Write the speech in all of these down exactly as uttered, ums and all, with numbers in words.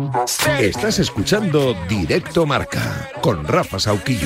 Estás escuchando Directo Marca con Rafa Sauquillo.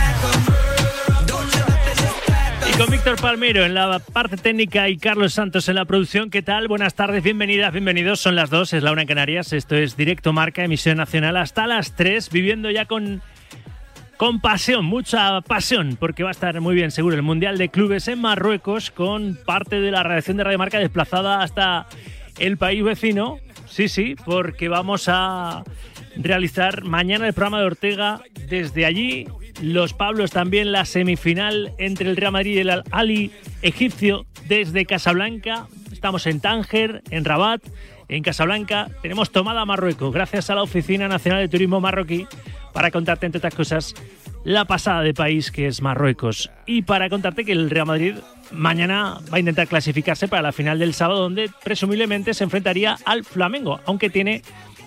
Y con Víctor Palmero en la parte técnica y Carlos Santos en la producción. ¿Qué tal? Buenas tardes, bienvenidas, bienvenidos. Son las dos, es la una en Canarias. Esto es Directo Marca, emisión nacional hasta las tres, viviendo ya con... Con pasión, mucha pasión, porque va a estar muy bien seguro el Mundial de Clubes en Marruecos, con parte de la redacción de Radio Marca desplazada hasta el país vecino. Sí, sí, porque vamos a realizar mañana el programa de Ortega desde allí. Los Pablos también, la semifinal entre el Real Madrid y el Al-Ahly egipcio desde Casablanca. Estamos en Tánger, en Rabat, en Casablanca. Tenemos tomada Marruecos gracias a la Oficina Nacional de Turismo Marroquí, para contarte, entre otras cosas, la pasada de país que es Marruecos. Y para contarte que el Real Madrid mañana va a intentar clasificarse para la final del sábado, donde presumiblemente se enfrentaría al Flamengo, aunque tiene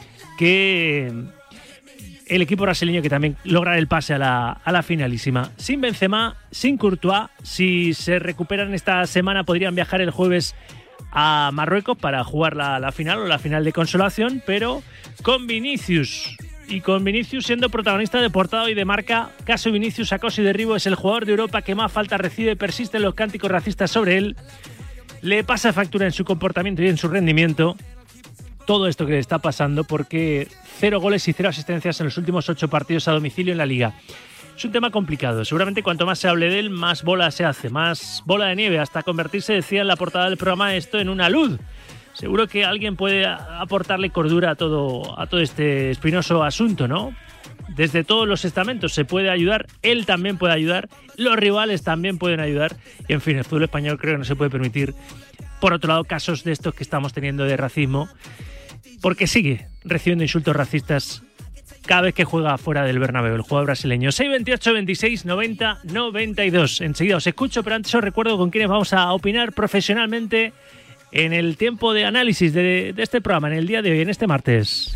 que el equipo brasileño que también lograr el pase a la, a la finalísima. Sin Benzema, sin Courtois, si se recuperan esta semana podrían viajar el jueves a Marruecos para jugar la, la final o la final de consolación, pero con Vinicius. Y con Vinicius siendo protagonista de portada y de marca. Caso Vinicius, acoso y derribo, es el jugador de Europa que más falta recibe, persisten los cánticos racistas sobre él, le pasa factura en su comportamiento y en su rendimiento. Todo esto que le está pasando porque cero goles y cero asistencias en los últimos ocho partidos a domicilio en la Liga. Es un tema complicado. Seguramente cuanto más se hable de él, más bola se hace, más bola de nieve, hasta convertirse, decía en la portada del programa, esto en una luz. Seguro que alguien puede aportarle cordura a todo, a todo este espinoso asunto, ¿no? Desde todos los estamentos se puede ayudar, él también puede ayudar, los rivales también pueden ayudar. Y en fin, el fútbol español creo que no se puede permitir, por otro lado, casos de estos que estamos teniendo de racismo, porque sigue recibiendo insultos racistas cada vez que juega fuera del Bernabéu, el jugador brasileño. seis veintiocho, veintiséis, noventa, noventa y dos. Enseguida os escucho, pero antes os recuerdo con quiénes vamos a opinar profesionalmente en el tiempo de análisis de, de este programa, en el día de hoy, en este martes.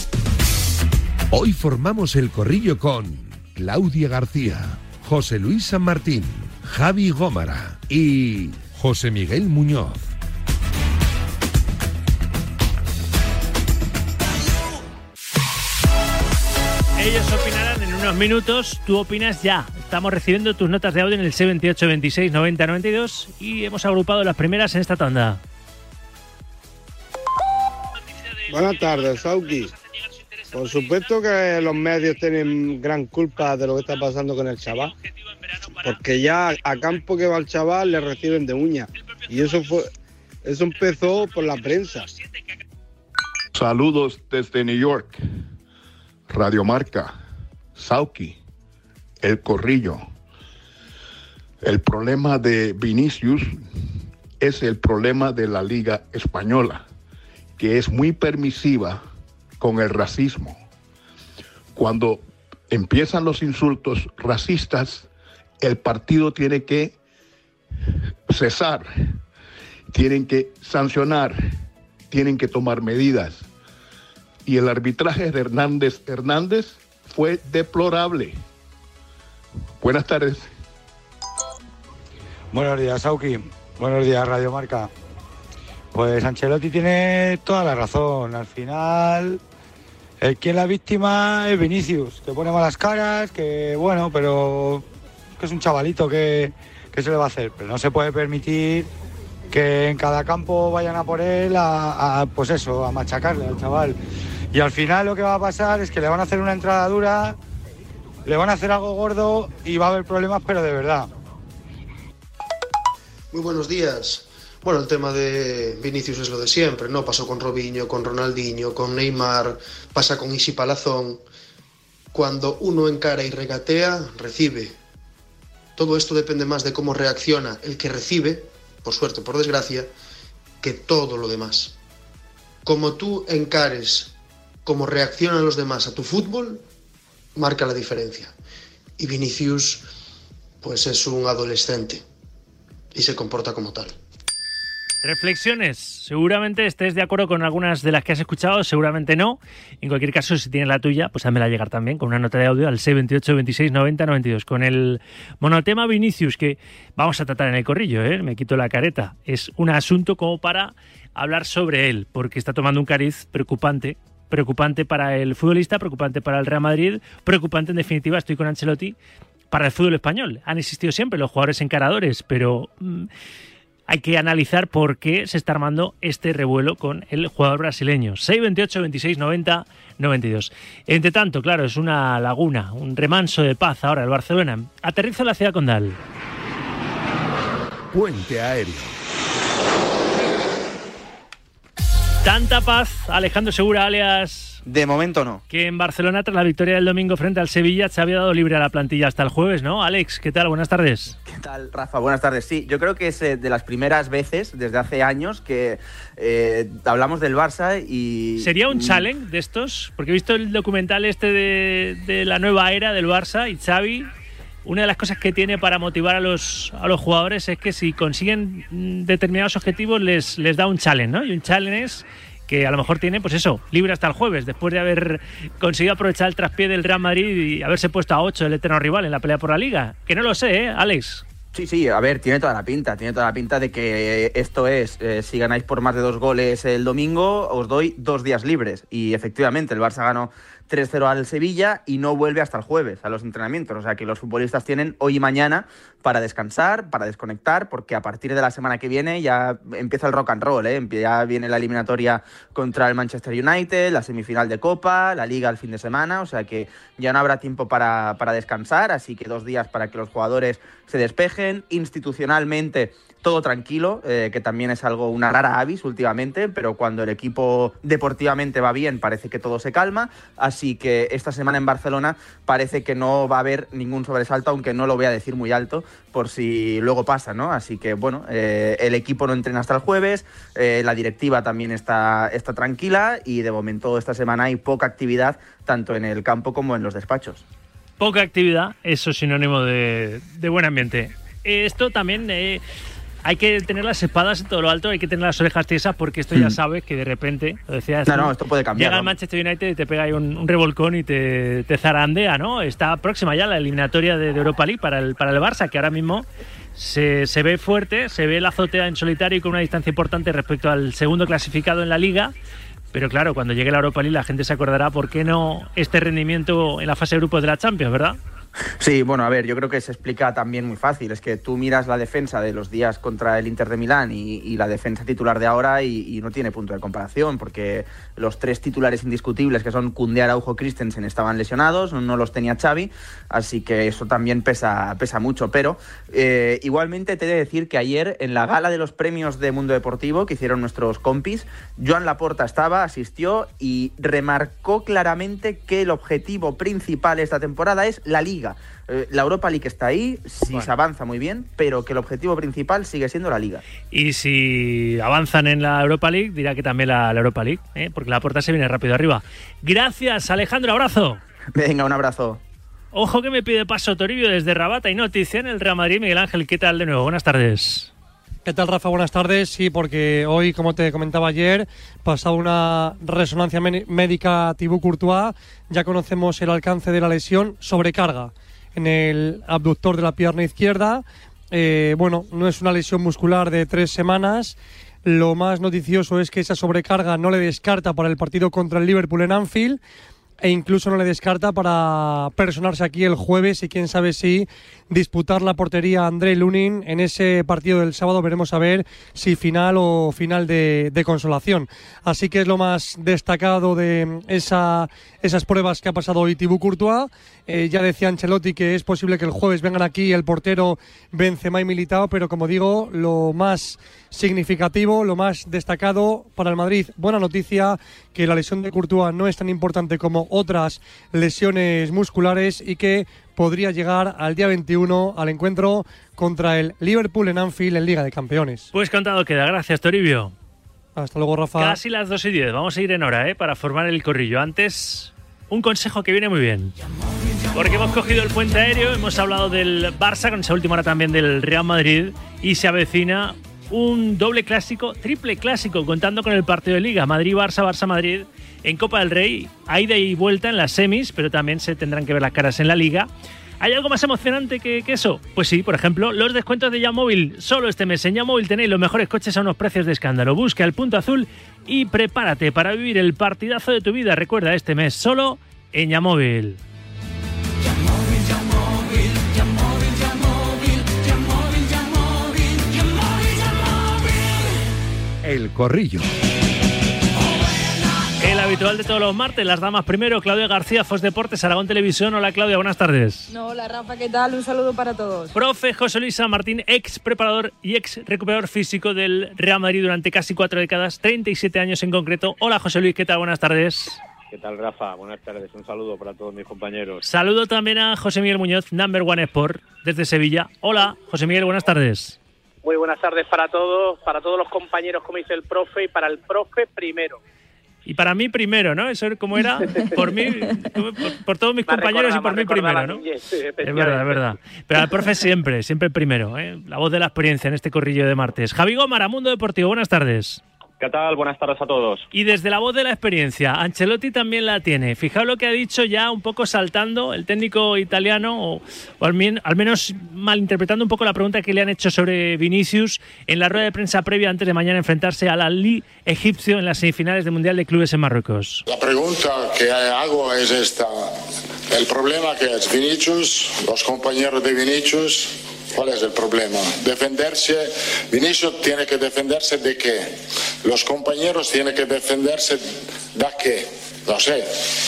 Hoy formamos el corrillo con Claudia García, José Luis San Martín, Javi Gómara y José Miguel Muñoz. Ellos opinarán en unos minutos, tú opinas ya. Estamos recibiendo tus notas de audio en el seis veintiocho, veintiséis, noventa, noventa y dos y hemos agrupado las primeras en esta tanda. Buenas tardes, Sauki. Por supuesto que los medios tienen gran culpa de lo que está pasando con el chaval, porque ya a campo que va el chaval le reciben de uña, y eso fue, eso empezó por la prensa. Saludos desde New York, Radio Marca, Sauki, El Corrillo. El problema de Vinicius es el problema de la Liga Española, que es muy permisiva con el racismo. Cuando empiezan los insultos racistas, el partido tiene que cesar, tienen que sancionar, tienen que tomar medidas. Y el arbitraje de Hernández Hernández fue deplorable. Buenas tardes. Buenos días, Sauki. Buenos días, Radio Marca. Pues Ancelotti tiene toda la razón. Al final, el que es la víctima es Vinicius, que pone malas caras, que bueno, pero que es un chavalito, que, que se le va a hacer. Pero no se puede permitir que en cada campo vayan a por él a, a pues eso, a machacarle al chaval. Y al final lo que va a pasar es que le van a hacer una entrada dura, le van a hacer algo gordo y va a haber problemas, pero de verdad. Muy buenos días. Bueno, el tema de Vinicius es lo de siempre, ¿no? Pasó con Robinho, con Ronaldinho, con Neymar, pasa con Isi Palazón. Cuando uno encara y regatea, recibe. Todo esto depende más de cómo reacciona el que recibe, por suerte, por desgracia, que todo lo demás. Como tú encares, cómo reaccionan los demás a tu fútbol, marca la diferencia. Y Vinicius, pues es un adolescente y se comporta como tal. Reflexiones. Seguramente estés de acuerdo con algunas de las que has escuchado, seguramente no. En cualquier caso, si tienes la tuya, pues házmela llegar también con una nota de audio al seis veintiocho, veintiséis, noventa, noventa y dos. Con el monotema Vinicius, que vamos a tratar en el corrillo, ¿eh? Me quito la careta. Es un asunto como para hablar sobre él, porque está tomando un cariz preocupante preocupante para el futbolista, preocupante para el Real Madrid, preocupante en definitiva, estoy con Ancelotti, para el fútbol español. Han existido siempre los jugadores encaradores, pero mmm, hay que analizar por qué se está armando este revuelo con el jugador brasileño. seis veintiocho, veintiséis, noventa, noventa y dos. Entre tanto, claro, es una laguna, un remanso de paz ahora el Barcelona. Aterriza en la ciudad condal. Puente aéreo. Tanta paz, Alejandro Segura, alias... De momento no. Que en Barcelona, tras la victoria del domingo frente al Sevilla, se había dado libre a la plantilla hasta el jueves, ¿no? Alex, ¿qué tal? Buenas tardes. ¿Qué tal, Rafa? Buenas tardes. Sí, yo creo que es de las primeras veces, desde hace años, que eh, hablamos del Barça y... ¿Sería un challenge de estos? Porque he visto el documental este de, de la nueva era del Barça y Xavi... Una de las cosas que tiene para motivar a los, a los jugadores es que si consiguen determinados objetivos les, les da un challenge, ¿no? Y un challenge es que a lo mejor tiene, pues eso, libre hasta el jueves, después de haber conseguido aprovechar el traspié del Real Madrid y haberse puesto a ocho del eterno rival en la pelea por la Liga. Que no lo sé, ¿eh, Alex? Sí, sí, a ver, tiene toda la pinta, tiene toda la pinta de que esto es, eh, si ganáis por más de dos goles el domingo, os doy dos días libres. Y efectivamente, el Barça ganó tres cero al Sevilla y no vuelve hasta el jueves a los entrenamientos. O sea que los futbolistas tienen hoy y mañana para descansar, para desconectar, porque a partir de la semana que viene ya empieza el rock and roll, ¿eh? Ya viene la eliminatoria contra el Manchester United, la semifinal de Copa, la Liga el fin de semana, o sea que ya no habrá tiempo para, para descansar, así que dos días para que los jugadores se despejen. Institucionalmente todo tranquilo, eh, que también es algo, una rara avis últimamente, pero cuando el equipo deportivamente va bien parece que todo se calma, así que esta semana en Barcelona parece que no va a haber ningún sobresalto, aunque no lo voy a decir muy alto por si luego pasa, ¿no? Así que bueno, eh, el equipo no entrena hasta el jueves, eh, la directiva también está, está tranquila y de momento esta semana hay poca actividad tanto en el campo como en los despachos. Poca actividad, eso es sinónimo de, de buen ambiente. Esto también... Eh... Hay que tener las espadas en todo lo alto, hay que tener las orejas tiesas, porque esto ya sabes que de repente, lo decías, no, no, esto puede cambiar. Llega el Manchester United y te pega ahí un, un revolcón y te, te zarandea, ¿no? Está próxima ya la eliminatoria de, de Europa League para el, para el Barça, que ahora mismo se, se ve fuerte, se ve la azotea en solitario y con una distancia importante respecto al segundo clasificado en la Liga. Pero claro, cuando llegue la Europa League la gente se acordará por qué no este rendimiento en la fase de grupos de la Champions, ¿verdad? Sí, bueno, a ver, yo creo que se explica también muy fácil. Es que tú miras la defensa de los días contra el Inter de Milán y, y la defensa titular de ahora y, y no tiene punto de comparación, porque los tres titulares indiscutibles, que son Koundé, Araujo, Christensen, estaban lesionados, no los tenía Xavi, así que eso también pesa, pesa mucho. Pero eh, igualmente te he de decir que ayer, en la gala de los premios de Mundo Deportivo que hicieron nuestros compis, Joan Laporta estaba, asistió y remarcó claramente que el objetivo principal esta temporada es la Liga. La Europa League está ahí, sí, bueno, se avanza muy bien, pero que el objetivo principal sigue siendo la Liga. Y si avanzan en la Europa League, dirá que también la, la Europa League, ¿eh? Porque la Porta se viene rápido arriba. Gracias, Alejandro, abrazo. Venga, un abrazo. Ojo que me pide paso Toribio desde Rabat. Hay noticia en el Real Madrid. Miguel Ángel, ¿qué tal de nuevo? Buenas tardes. ¿Qué tal, Rafa? Buenas tardes. Sí, porque hoy, como te comentaba ayer, pasado una resonancia médica a Thibaut Courtois, ya conocemos el alcance de la lesión, sobrecarga en el abductor de la pierna izquierda. Eh, bueno, no es una lesión muscular de tres semanas. Lo más noticioso es que esa sobrecarga no le descarta para el partido contra el Liverpool en Anfield, e incluso no le descarta para personarse aquí el jueves y quién sabe si disputar la portería a André Lunin en ese partido del sábado. Veremos a ver si final o final de, de consolación. Así que es lo más destacado de esa, esas pruebas que ha pasado hoy Thibaut Courtois. Eh, ya decía Ancelotti que es posible que el jueves vengan aquí el portero Benzema y Militao, pero como digo, lo más significativo, lo más destacado para el Madrid, buena noticia, que la lesión de Courtois no es tan importante como otras lesiones musculares y que podría llegar al día veintiuno al encuentro contra el Liverpool en Anfield en Liga de Campeones. Pues contado queda. Gracias, Toribio. Hasta luego, Rafa. Casi las dos y diez. Vamos a ir en hora, ¿eh? Para formar el corrillo. Antes, un consejo que viene muy bien. Porque hemos cogido el puente aéreo, hemos hablado del Barça, con esa última hora también del Real Madrid, y se avecina un doble clásico, triple clásico, contando con el partido de Liga. Madrid-Barça, Barça-Madrid en Copa del Rey, a ida y vuelta en las semis, pero también se tendrán que ver las caras en la Liga. ¿Hay algo más emocionante que, que eso? Pues sí, por ejemplo, los descuentos de Yamóvil. Solo este mes en Yamóvil tenéis los mejores coches a unos precios de escándalo. Busca el punto azul y prepárate para vivir el partidazo de tu vida. Recuerda, este mes solo en Yamóvil. El Corrillo. El habitual de todos los martes, las damas primero, Claudia García, Fos Deportes, Aragón Televisión. Hola Claudia, buenas tardes. No, hola Rafa, ¿qué tal? Un saludo para todos. Profe José Luis San Martín, ex preparador y ex recuperador físico del Real Madrid durante casi cuatro décadas, treinta y siete años en concreto. Hola José Luis, ¿qué tal? Buenas tardes. ¿Qué tal, Rafa? Buenas tardes. Un saludo para todos mis compañeros. Saludo también a José Miguel Muñoz, Number One Sport, desde Sevilla. Hola José Miguel, buenas tardes. Muy buenas tardes para todos, para todos los compañeros, como dice el profe, y para el profe primero. Y para mí primero, ¿no? Eso es como era, por mí, por, por todos mis compañeros y por mí primero, ¿no? Sí, es verdad, es verdad. Pero al profe siempre, siempre primero, ¿eh? La voz de la experiencia en este corrillo de martes. Javi Gómara, Mundo Deportivo, buenas tardes. ¿Qué tal? Buenas tardes a todos. Y desde la voz de la experiencia, Ancelotti también la tiene. Fijaos lo que ha dicho ya un poco saltando el técnico italiano, o, o al, min, al menos malinterpretando un poco la pregunta que le han hecho sobre Vinicius en la rueda de prensa previa antes de mañana enfrentarse al Al-Ahly egipcio en las semifinales del Mundial de Clubes en Marruecos. La pregunta que hago es esta. El problema que es Vinicius, los compañeros de Vinicius... ¿Cuál es el problema? Defenderse. Vinicius tiene que defenderse de qué? Los compañeros tienen que defenderse de qué? No sé.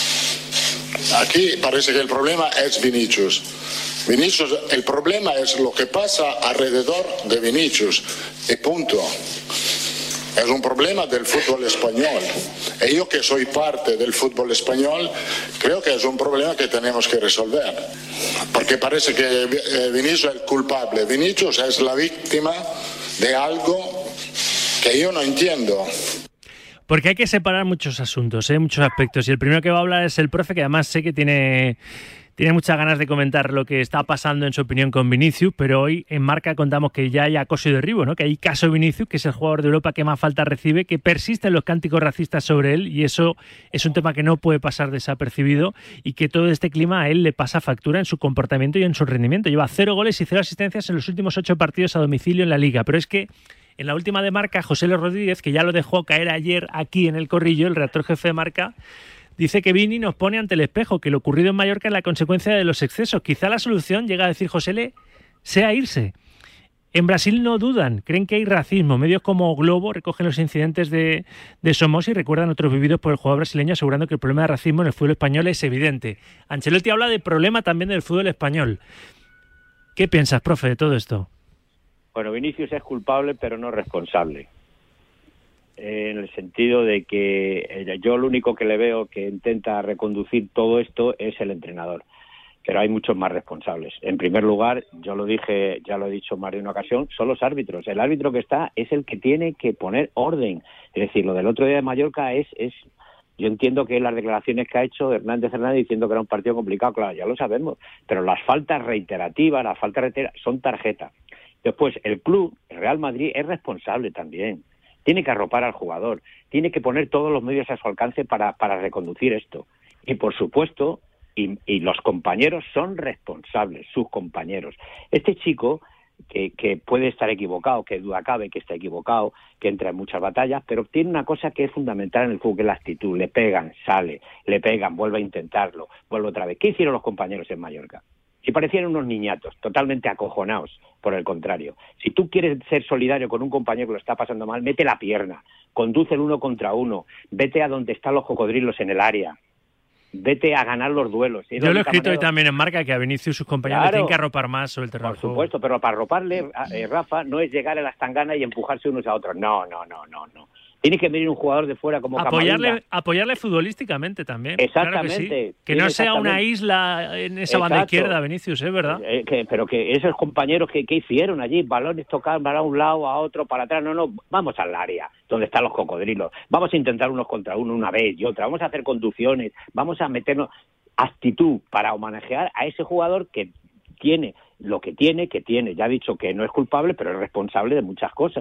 Aquí parece que el problema es Vinicius. Vinicius, el problema es lo que pasa alrededor de Vinicius. Y punto. Es un problema del fútbol español. Y yo que soy parte del fútbol español, creo que es un problema que tenemos que resolver. Porque parece que Vinicius es el culpable. Vinicius es la víctima de algo que yo no entiendo. Porque hay que separar muchos asuntos, ¿eh? Muchos aspectos. Y el primero que va a hablar es el profe, que además sé que tiene... Tiene muchas ganas de comentar lo que está pasando en su opinión con Vinicius, pero hoy en Marca contamos que ya hay acoso y derribo, ¿no? Que hay caso de Vinicius, que es el jugador de Europa que más falta recibe, que persisten los cánticos racistas sobre él, y eso es un tema que no puede pasar desapercibido, y que todo este clima a él le pasa factura en su comportamiento y en su rendimiento. Lleva cero goles y cero asistencias en los últimos ocho partidos a domicilio en la Liga, pero es que en la última de Marca, José Luis Rodríguez, que ya lo dejó caer ayer aquí en el Corrillo, el redactor jefe de Marca, dice que Vini nos pone ante el espejo, que lo ocurrido en Mallorca es la consecuencia de los excesos. Quizá la solución, llega a decir José Le, sea irse. En Brasil no dudan, creen que hay racismo. Medios como Globo recogen los incidentes de, de Somos y recuerdan otros vividos por el jugador brasileño, asegurando que el problema de racismo en el fútbol español es evidente. Ancelotti habla de problema también del fútbol español. ¿Qué piensas, profe, de todo esto? Bueno, Vinicius es culpable, pero no responsable. En el sentido de que yo lo único que le veo que intenta reconducir todo esto es el entrenador, pero hay muchos más responsables. En primer lugar, yo lo dije, ya lo he dicho más de una ocasión, son los árbitros. El árbitro que está es el que tiene que poner orden. Es decir, lo del otro día de Mallorca es... es yo entiendo que las declaraciones que ha hecho Hernández Hernández diciendo que era un partido complicado, claro, ya lo sabemos, pero las faltas reiterativas, las faltas reiterativas son tarjeta. Después, el club, el Real Madrid, es responsable también. Tiene que arropar al jugador, tiene que poner todos los medios a su alcance para, para reconducir esto. Y por supuesto, y, y los compañeros son responsables, sus compañeros. Este chico, que, que puede estar equivocado, que duda cabe que está equivocado, que entra en muchas batallas, pero tiene una cosa que es fundamental en el fútbol, que es la actitud. Le pegan, sale, le pegan, vuelve a intentarlo, vuelve otra vez. ¿Qué hicieron los compañeros en Mallorca? Si parecían unos niñatos, totalmente acojonados, por el contrario. Si tú quieres ser solidario con un compañero que lo está pasando mal, mete la pierna, conduce el uno contra uno, vete a donde están los cocodrilos en el área, vete a ganar los duelos. Yo lo he escrito manera... hoy también en Marca, que a Vinicius y sus compañeros claro, tienen que arropar más sobre el terreno. Por supuesto, pero para arroparle, eh, Rafa, no es llegar a las tanganas y empujarse unos a otros. No, no, no, no, no. Tiene que venir un jugador de fuera como apoyarle, Camavinga. Apoyarle futbolísticamente también. Exactamente. Claro que, sí. que no sea una isla en esa Exacto. banda izquierda, Vinicius, es verdad. Eh, que, pero que esos compañeros que, que hicieron allí, balones tocar para un lado, a otro, para atrás, no, no, vamos al área, donde están los cocodrilos. Vamos a intentar unos contra uno una vez y otra, vamos a hacer conducciones, vamos a meternos actitud para homenajear a ese jugador que tiene lo que tiene, que tiene, ya ha dicho que no es culpable, pero es responsable de muchas cosas.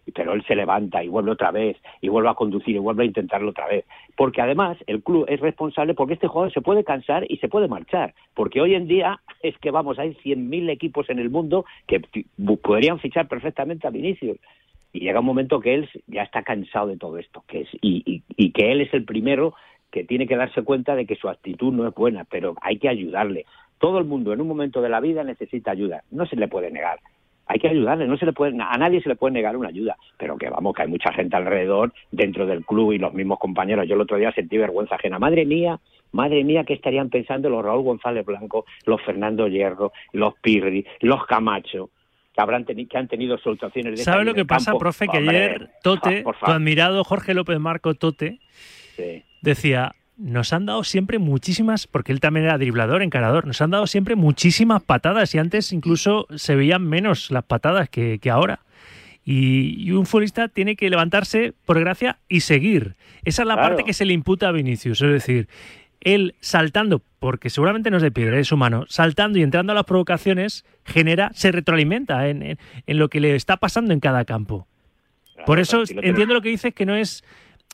pero él se levanta y vuelve otra vez, y vuelve a conducir y vuelve a intentarlo otra vez. Porque además el club es responsable porque este jugador se puede cansar y se puede marchar. Porque hoy en día es que, vamos, hay cien mil equipos en el mundo que podrían fichar perfectamente a Vinicius. Y llega un momento que él ya está cansado de todo esto, que es y, y, y que él es el primero que tiene que darse cuenta de que su actitud no es buena, pero hay que ayudarle. Todo el mundo en un momento de la vida necesita ayuda, no se le puede negar. Hay que ayudarle, no se le puede, a nadie se le puede negar una ayuda, pero que vamos, que hay mucha gente alrededor, dentro del club y los mismos compañeros. Yo el otro día sentí vergüenza ajena. Madre mía, madre mía, ¿qué estarían pensando los Raúl González Blanco, los Fernando Hierro, los Pirri, los Camacho, que habrán teni- que han tenido situaciones de... ¿Sabe lo que pasa, profe? Que Hombre, ayer Tote, por tu favor. admirado Jorge López Marco Tote, Sí. decía... Nos han dado siempre muchísimas, porque él también era driblador, encarador, nos han dado siempre muchísimas patadas y antes incluso se veían menos las patadas que, que ahora. Y, y un futbolista tiene que levantarse por gracia y seguir. Esa es la Claro. parte que se le imputa a Vinicius, es decir, él saltando, porque seguramente no es de piedra, es humano, saltando y entrando a las provocaciones, genera, se retroalimenta en, en, en lo que le está pasando en cada campo. Claro, Por eso tranquilo, entiendo lo que dices, que no es...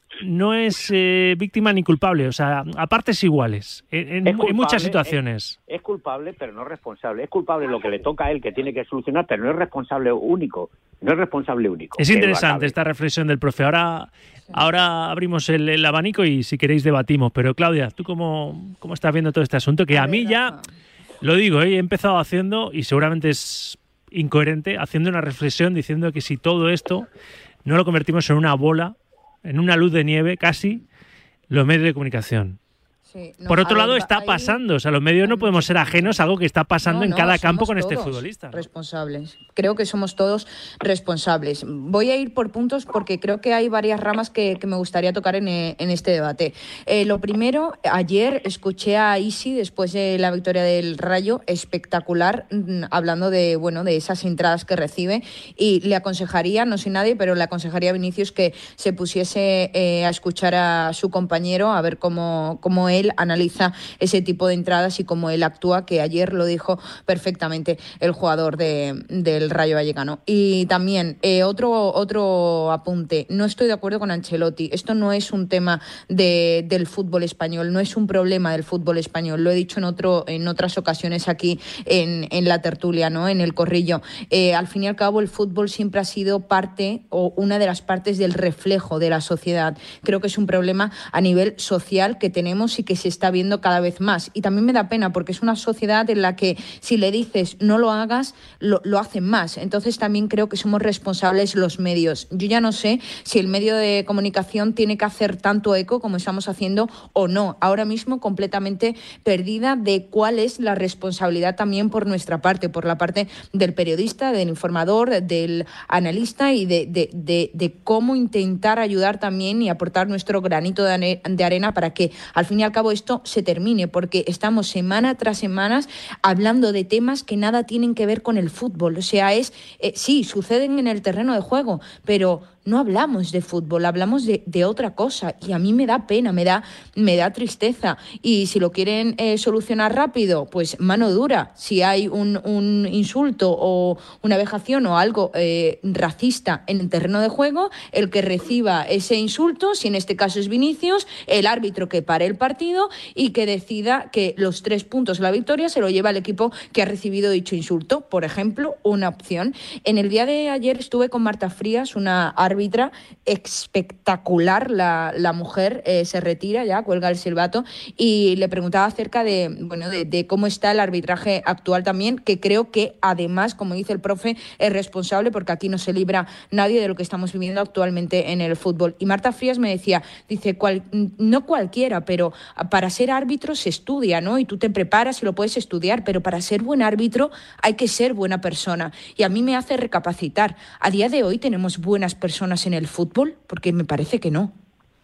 no es eh, víctima ni culpable, o sea, a partes iguales, en, en, Es culpable, en muchas situaciones. Es, es culpable, pero no responsable. Es culpable lo que le toca a él, que tiene que solucionar, pero no es responsable único. No es responsable único. Es que interesante lo esta reflexión del profe. Ahora, ahora abrimos el, el abanico y si queréis debatimos. Pero Claudia, ¿tú cómo, cómo estás viendo todo este asunto? Que a, a mí ver, ya, Rafa. Lo digo, ¿eh? He empezado haciendo, y seguramente es incoherente, haciendo una reflexión diciendo que si todo esto no lo convertimos en una bola, en una luz de nieve casi, los medios de comunicación. Sí, no, Por otro lado, ver, está ahí, pasando. O sea, los medios no podemos ser ajenos a algo que está pasando no, en no, cada campo con este futbolista. Responsables. Creo que somos todos responsables. Voy a ir por puntos porque creo que hay varias ramas que, que me gustaría tocar en, en este debate. Eh, lo primero, ayer escuché a Isi después de la victoria del Rayo, espectacular, hablando de, bueno, de esas entradas que recibe, y le aconsejaría, no soy nadie, pero le aconsejaría a Vinicius que se pusiese eh, a escuchar a su compañero, a ver cómo, cómo él analiza ese tipo de entradas y cómo él actúa, que ayer lo dijo perfectamente el jugador de, del Rayo Vallecano. Y también eh, otro, otro apunte, no estoy de acuerdo con Ancelotti, esto no es un tema de, del fútbol español, no es un problema del fútbol español, lo he dicho en, otro, en otras ocasiones aquí en, en la tertulia, ¿no? En el corrillo. Eh, al fin y al cabo el fútbol siempre ha sido parte o una de las partes del reflejo de la sociedad. Creo que es un problema a nivel social que tenemos y que se está viendo cada vez más. Y también me da pena porque es una sociedad en la que si le dices no lo hagas, lo, lo hacen más. Entonces también creo que somos responsables los medios. Yo ya no sé si el medio de comunicación tiene que hacer tanto eco como estamos haciendo o no. Ahora mismo completamente perdida de cuál es la responsabilidad también por nuestra parte, por la parte del periodista, del informador, del analista y de, de, de, de cómo intentar ayudar también y aportar nuestro granito de, de arena para que al fin y al cabo esto se termine, porque estamos semana tras semana hablando de temas que nada tienen que ver con el fútbol. O sea, es eh, sí, suceden en el terreno de juego, pero no hablamos de fútbol, hablamos de, de otra cosa, y a mí me da pena, me da, me da tristeza. Y si lo quieren eh, solucionar rápido, pues mano dura. Si hay un, un insulto o una vejación o algo eh, racista en el terreno de juego, el que reciba ese insulto, si en este caso es Vinicius, el árbitro que pare el partido y que decida que los tres puntos de la victoria se lo lleva el equipo que ha recibido dicho insulto. Por ejemplo, una opción. En el día de ayer estuve con Marta Frías, una árbitra árbitra espectacular, la, la mujer eh, se retira ya, cuelga el silbato, y le preguntaba acerca de, bueno, de, de cómo está el arbitraje actual también, que creo que además, como dice el profe, es responsable porque aquí no se libra nadie de lo que estamos viviendo actualmente en el fútbol. Y Marta Frías me decía, dice, cual, no cualquiera, pero para ser árbitro se estudia, ¿no? Y tú te preparas y lo puedes estudiar, pero para ser buen árbitro hay que ser buena persona. Y a mí me hace recapacitar. ¿A día de hoy tenemos buenas personas en el fútbol? Porque me parece que no.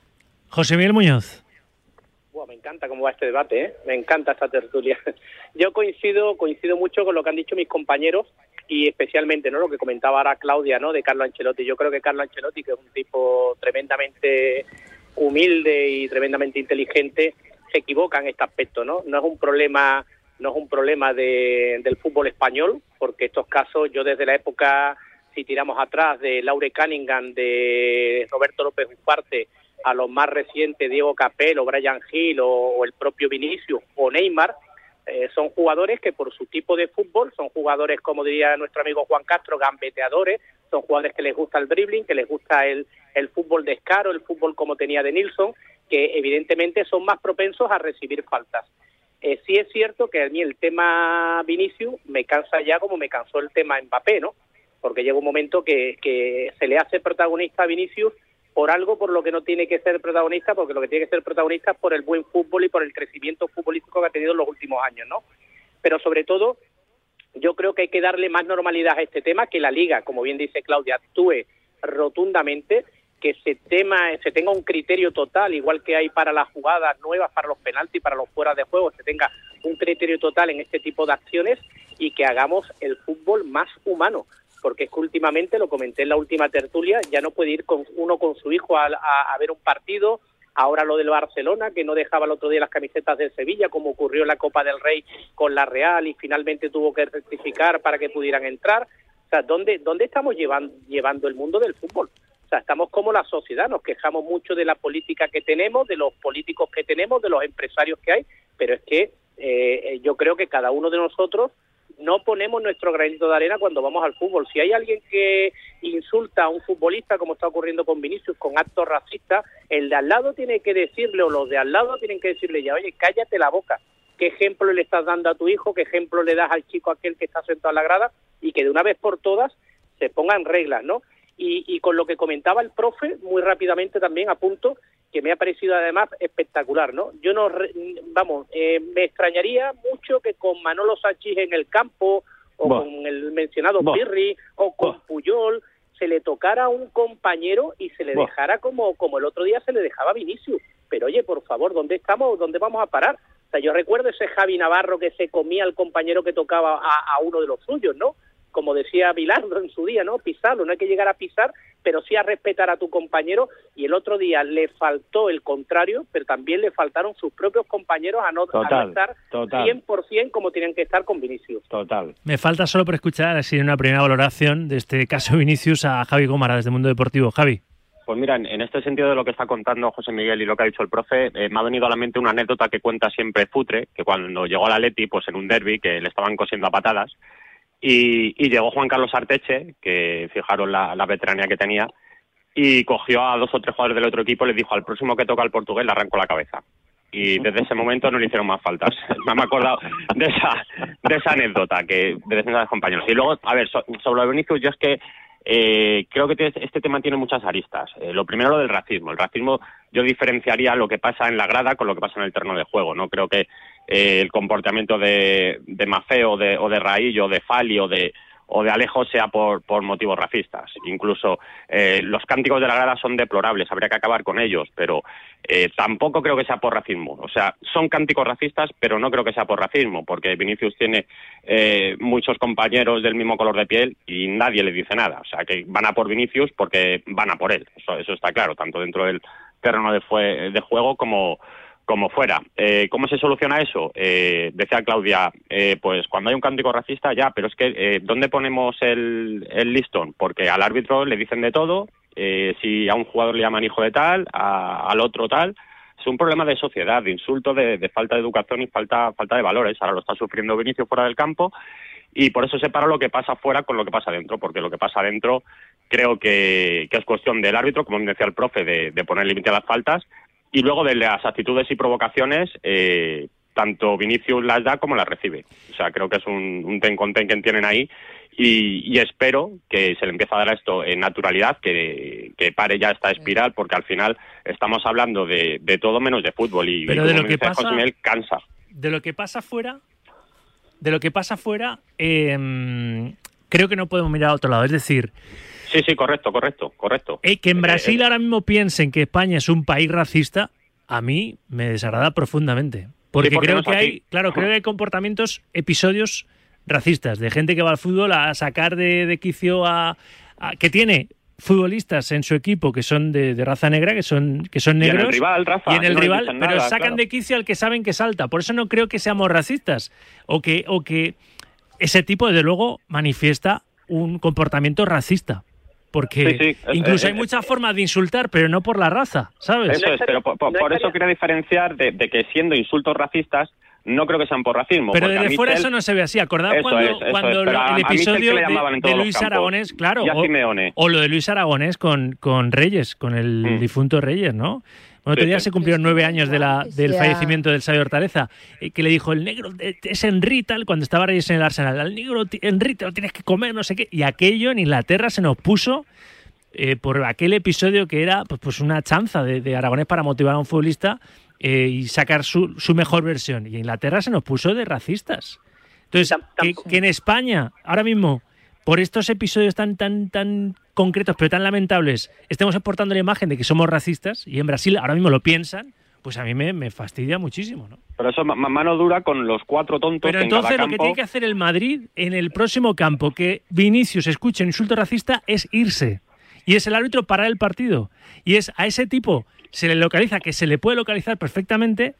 José Miguel Muñoz. Buah, me encanta cómo va este debate, ¿eh? Me encanta esta tertulia. Yo coincido coincido mucho con lo que han dicho mis compañeros y especialmente, ¿no?, lo que comentaba ahora Claudia, ¿no?, de Carlo Ancelotti. Yo creo que Carlo Ancelotti, que es un tipo tremendamente humilde y tremendamente inteligente, se equivoca en este aspecto, ¿no? No es un problema, no es un problema de, del fútbol español, porque estos casos, yo desde la época si tiramos atrás de Laure Cunningham, de Roberto López Ufarte, a los más recientes, Diego Capel o Brian Hill o, o el propio Vinicius o Neymar, eh, son jugadores que por su tipo de fútbol, son jugadores, como diría nuestro amigo Juan Castro, gambeteadores, son jugadores que les gusta el dribbling, que les gusta el, el fútbol descaro, el fútbol como tenía de Nilsson, que evidentemente son más propensos a recibir faltas. Eh, sí es cierto que a mí el tema Vinicius me cansa ya como me cansó el tema Mbappé, ¿no? Porque llega un momento que, que se le hace protagonista a Vinicius por algo por lo que no tiene que ser protagonista, porque lo que tiene que ser protagonista es por el buen fútbol y por el crecimiento futbolístico que ha tenido en los últimos años, ¿no? Pero sobre todo, yo creo que hay que darle más normalidad a este tema, que la Liga, como bien dice Claudia, actúe rotundamente, que se, tema, se tenga un criterio total, igual que hay para las jugadas nuevas, para los penaltis, para los fuera de juego, se tenga un criterio total en este tipo de acciones y que hagamos el fútbol más humano. Porque es que últimamente, lo comenté en la última tertulia, ya no puede ir con uno con su hijo a, a, a ver un partido. Ahora lo del Barcelona, que no dejaba el otro día las camisetas del Sevilla, como ocurrió en la Copa del Rey con la Real, y finalmente tuvo que rectificar para que pudieran entrar. O sea, ¿dónde, dónde estamos llevando, llevando el mundo del fútbol? O sea, estamos como la sociedad, nos quejamos mucho de la política que tenemos, de los políticos que tenemos, de los empresarios que hay, pero es que eh, yo creo que cada uno de nosotros no ponemos nuestro granito de arena cuando vamos al fútbol. Si hay alguien que insulta a un futbolista, como está ocurriendo con Vinicius, con actos racistas, el de al lado tiene que decirle, o los de al lado tienen que decirle ya, oye, cállate la boca. ¿Qué ejemplo le estás dando a tu hijo? ¿Qué ejemplo le das al chico aquel que está sentado en la grada? Y que de una vez por todas se pongan reglas, ¿no? Y, y con lo que comentaba el profe, muy rápidamente también apunto, que me ha parecido además espectacular, ¿no? Yo no, vamos, eh, me extrañaría mucho que con Manolo Sanchís en el campo, o bah. con el mencionado bah. Pirri, o con bah. Puyol, se le tocara a un compañero y se le bah. dejara como, como el otro día se le dejaba a Vinicius. Pero oye, por favor, ¿dónde estamos? ¿Dónde vamos a parar? O sea, yo recuerdo ese Javi Navarro que se comía al compañero que tocaba a, a uno de los suyos, ¿no? Como decía Bilardo en su día, ¿no? Pisarlo, no hay que llegar a pisar, pero sí a respetar a tu compañero. Y el otro día le faltó el contrario, pero también le faltaron sus propios compañeros a no, total, a no estar total. cien por ciento como tienen que estar con Vinicius. Total. Me falta solo por escuchar así una primera valoración de este caso Vinicius a Javi Gómara desde Mundo Deportivo. Javi. Pues mira, en este sentido de lo que está contando José Miguel y lo que ha dicho el profe, eh, me ha venido a la mente una anécdota que cuenta siempre Futre, que cuando llegó al Atleti, pues en un derbi que le estaban cosiendo a patadas, Y, y llegó Juan Carlos Arteche, que fijaros la, la veteranía que tenía, y cogió a dos o tres jugadores del otro equipo y les dijo, al próximo que toca al portugués le arranco la cabeza. Y desde ese momento no le hicieron más faltas. Me he acordado de esa, de esa anécdota que de defensa de los compañeros. Y luego, a ver, so, sobre lo de Vinicius, yo es que eh, creo que este tema tiene muchas aristas. Eh, lo primero, lo del racismo. El racismo, yo diferenciaría lo que pasa en la grada con lo que pasa en el terreno de juego. No creo que Eh, el comportamiento de, de Mafeo o de, o de Raillo, de Fali o de, o de Alejo sea por, por motivos racistas. Incluso eh, los cánticos de la grada son deplorables, habría que acabar con ellos, pero eh, tampoco creo que sea por racismo. O sea, son cánticos racistas, pero no creo que sea por racismo, porque Vinicius tiene eh, muchos compañeros del mismo color de piel y nadie le dice nada. O sea, que van a por Vinicius porque van a por él. Eso, eso está claro, tanto dentro del terreno de, fue, de juego como como fuera. Eh, ¿Cómo se soluciona eso? Eh, decía Claudia, eh, pues cuando hay un cántico racista ya, pero es que eh, ¿dónde ponemos el, el listón? Porque al árbitro le dicen de todo, eh, si a un jugador le llaman hijo de tal, a, al otro tal. Es un problema de sociedad, de insulto, de, de falta de educación y falta, falta de valores. Ahora lo está sufriendo Vinicius fuera del campo y por eso separo lo que pasa fuera con lo que pasa dentro, porque lo que pasa dentro creo que, que es cuestión del árbitro, como decía el profe, de, de poner límite a las faltas. Y luego de las actitudes y provocaciones, eh, tanto Vinicius las da como las recibe. O sea, creo que es un, un ten con ten que tienen ahí y, y espero que se le empiece a dar a esto en naturalidad, que, que pare ya esta espiral, porque al final estamos hablando de, de todo menos de fútbol y, Pero y de como lo que dice pasa, José Miguel, cansa. De lo que pasa fuera, de lo que pasa fuera, eh, creo que no podemos mirar a otro lado. Es decir... Sí, sí, correcto, correcto, correcto. Eh, que en Brasil eh, eh. ahora mismo piensen que España es un país racista, a mí me desagrada profundamente. Porque, sí, porque creo no que hay, claro, creo que hay comportamientos, episodios racistas, de gente que va al fútbol a sacar de, de quicio a, a... que tiene futbolistas en su equipo que son de, de raza negra, que son, que son negros. Y en el rival, Rafa. Y en el no rival, pero nada, sacan claro. de quicio al que saben que salta. Por eso no creo que seamos racistas. O que, o que ese tipo, desde luego, manifiesta un comportamiento racista. Porque sí, sí, es, incluso es, hay es, muchas es, formas de insultar, pero no por la raza, ¿sabes? Eso es, pero por, por, por eso quería diferenciar de, de que siendo insultos racistas, no creo que sean por racismo. Pero desde Michel, fuera eso no se ve así. ¿Acordás cuando, es, cuando es, el episodio de, de Luis campos, Aragonés, claro, o, Simeone. o lo de Luis Aragonés con, con Reyes, con el mm. difunto Reyes, ¿no? Bueno, otro día se cumplieron nueve años de la, del fallecimiento del sabio Hortaleza, eh, que le dijo, el negro es Henry tal, cuando estaba Reyes en el Arsenal, al negro Henry te lo tienes que comer, no sé qué. Y aquello en Inglaterra se nos puso eh, por aquel episodio que era pues, pues una chanza de, de Aragonés para motivar a un futbolista eh, y sacar su, su mejor versión. Y Inglaterra se nos puso de racistas. Entonces, que, que en España, ahora mismo, por estos episodios tan, tan, tan concretos, pero tan lamentables, estemos exportando la imagen de que somos racistas, y en Brasil ahora mismo lo piensan, pues a mí me, me fastidia muchísimo, ¿no? Pero eso mano dura con los cuatro tontos. Pero que entonces en cada lo que campo... tiene que hacer el Madrid en el próximo campo, que Vinicius escuche un insulto racista, es irse. Y es el árbitro parar el partido. Y es a ese tipo se le localiza, que se le puede localizar perfectamente,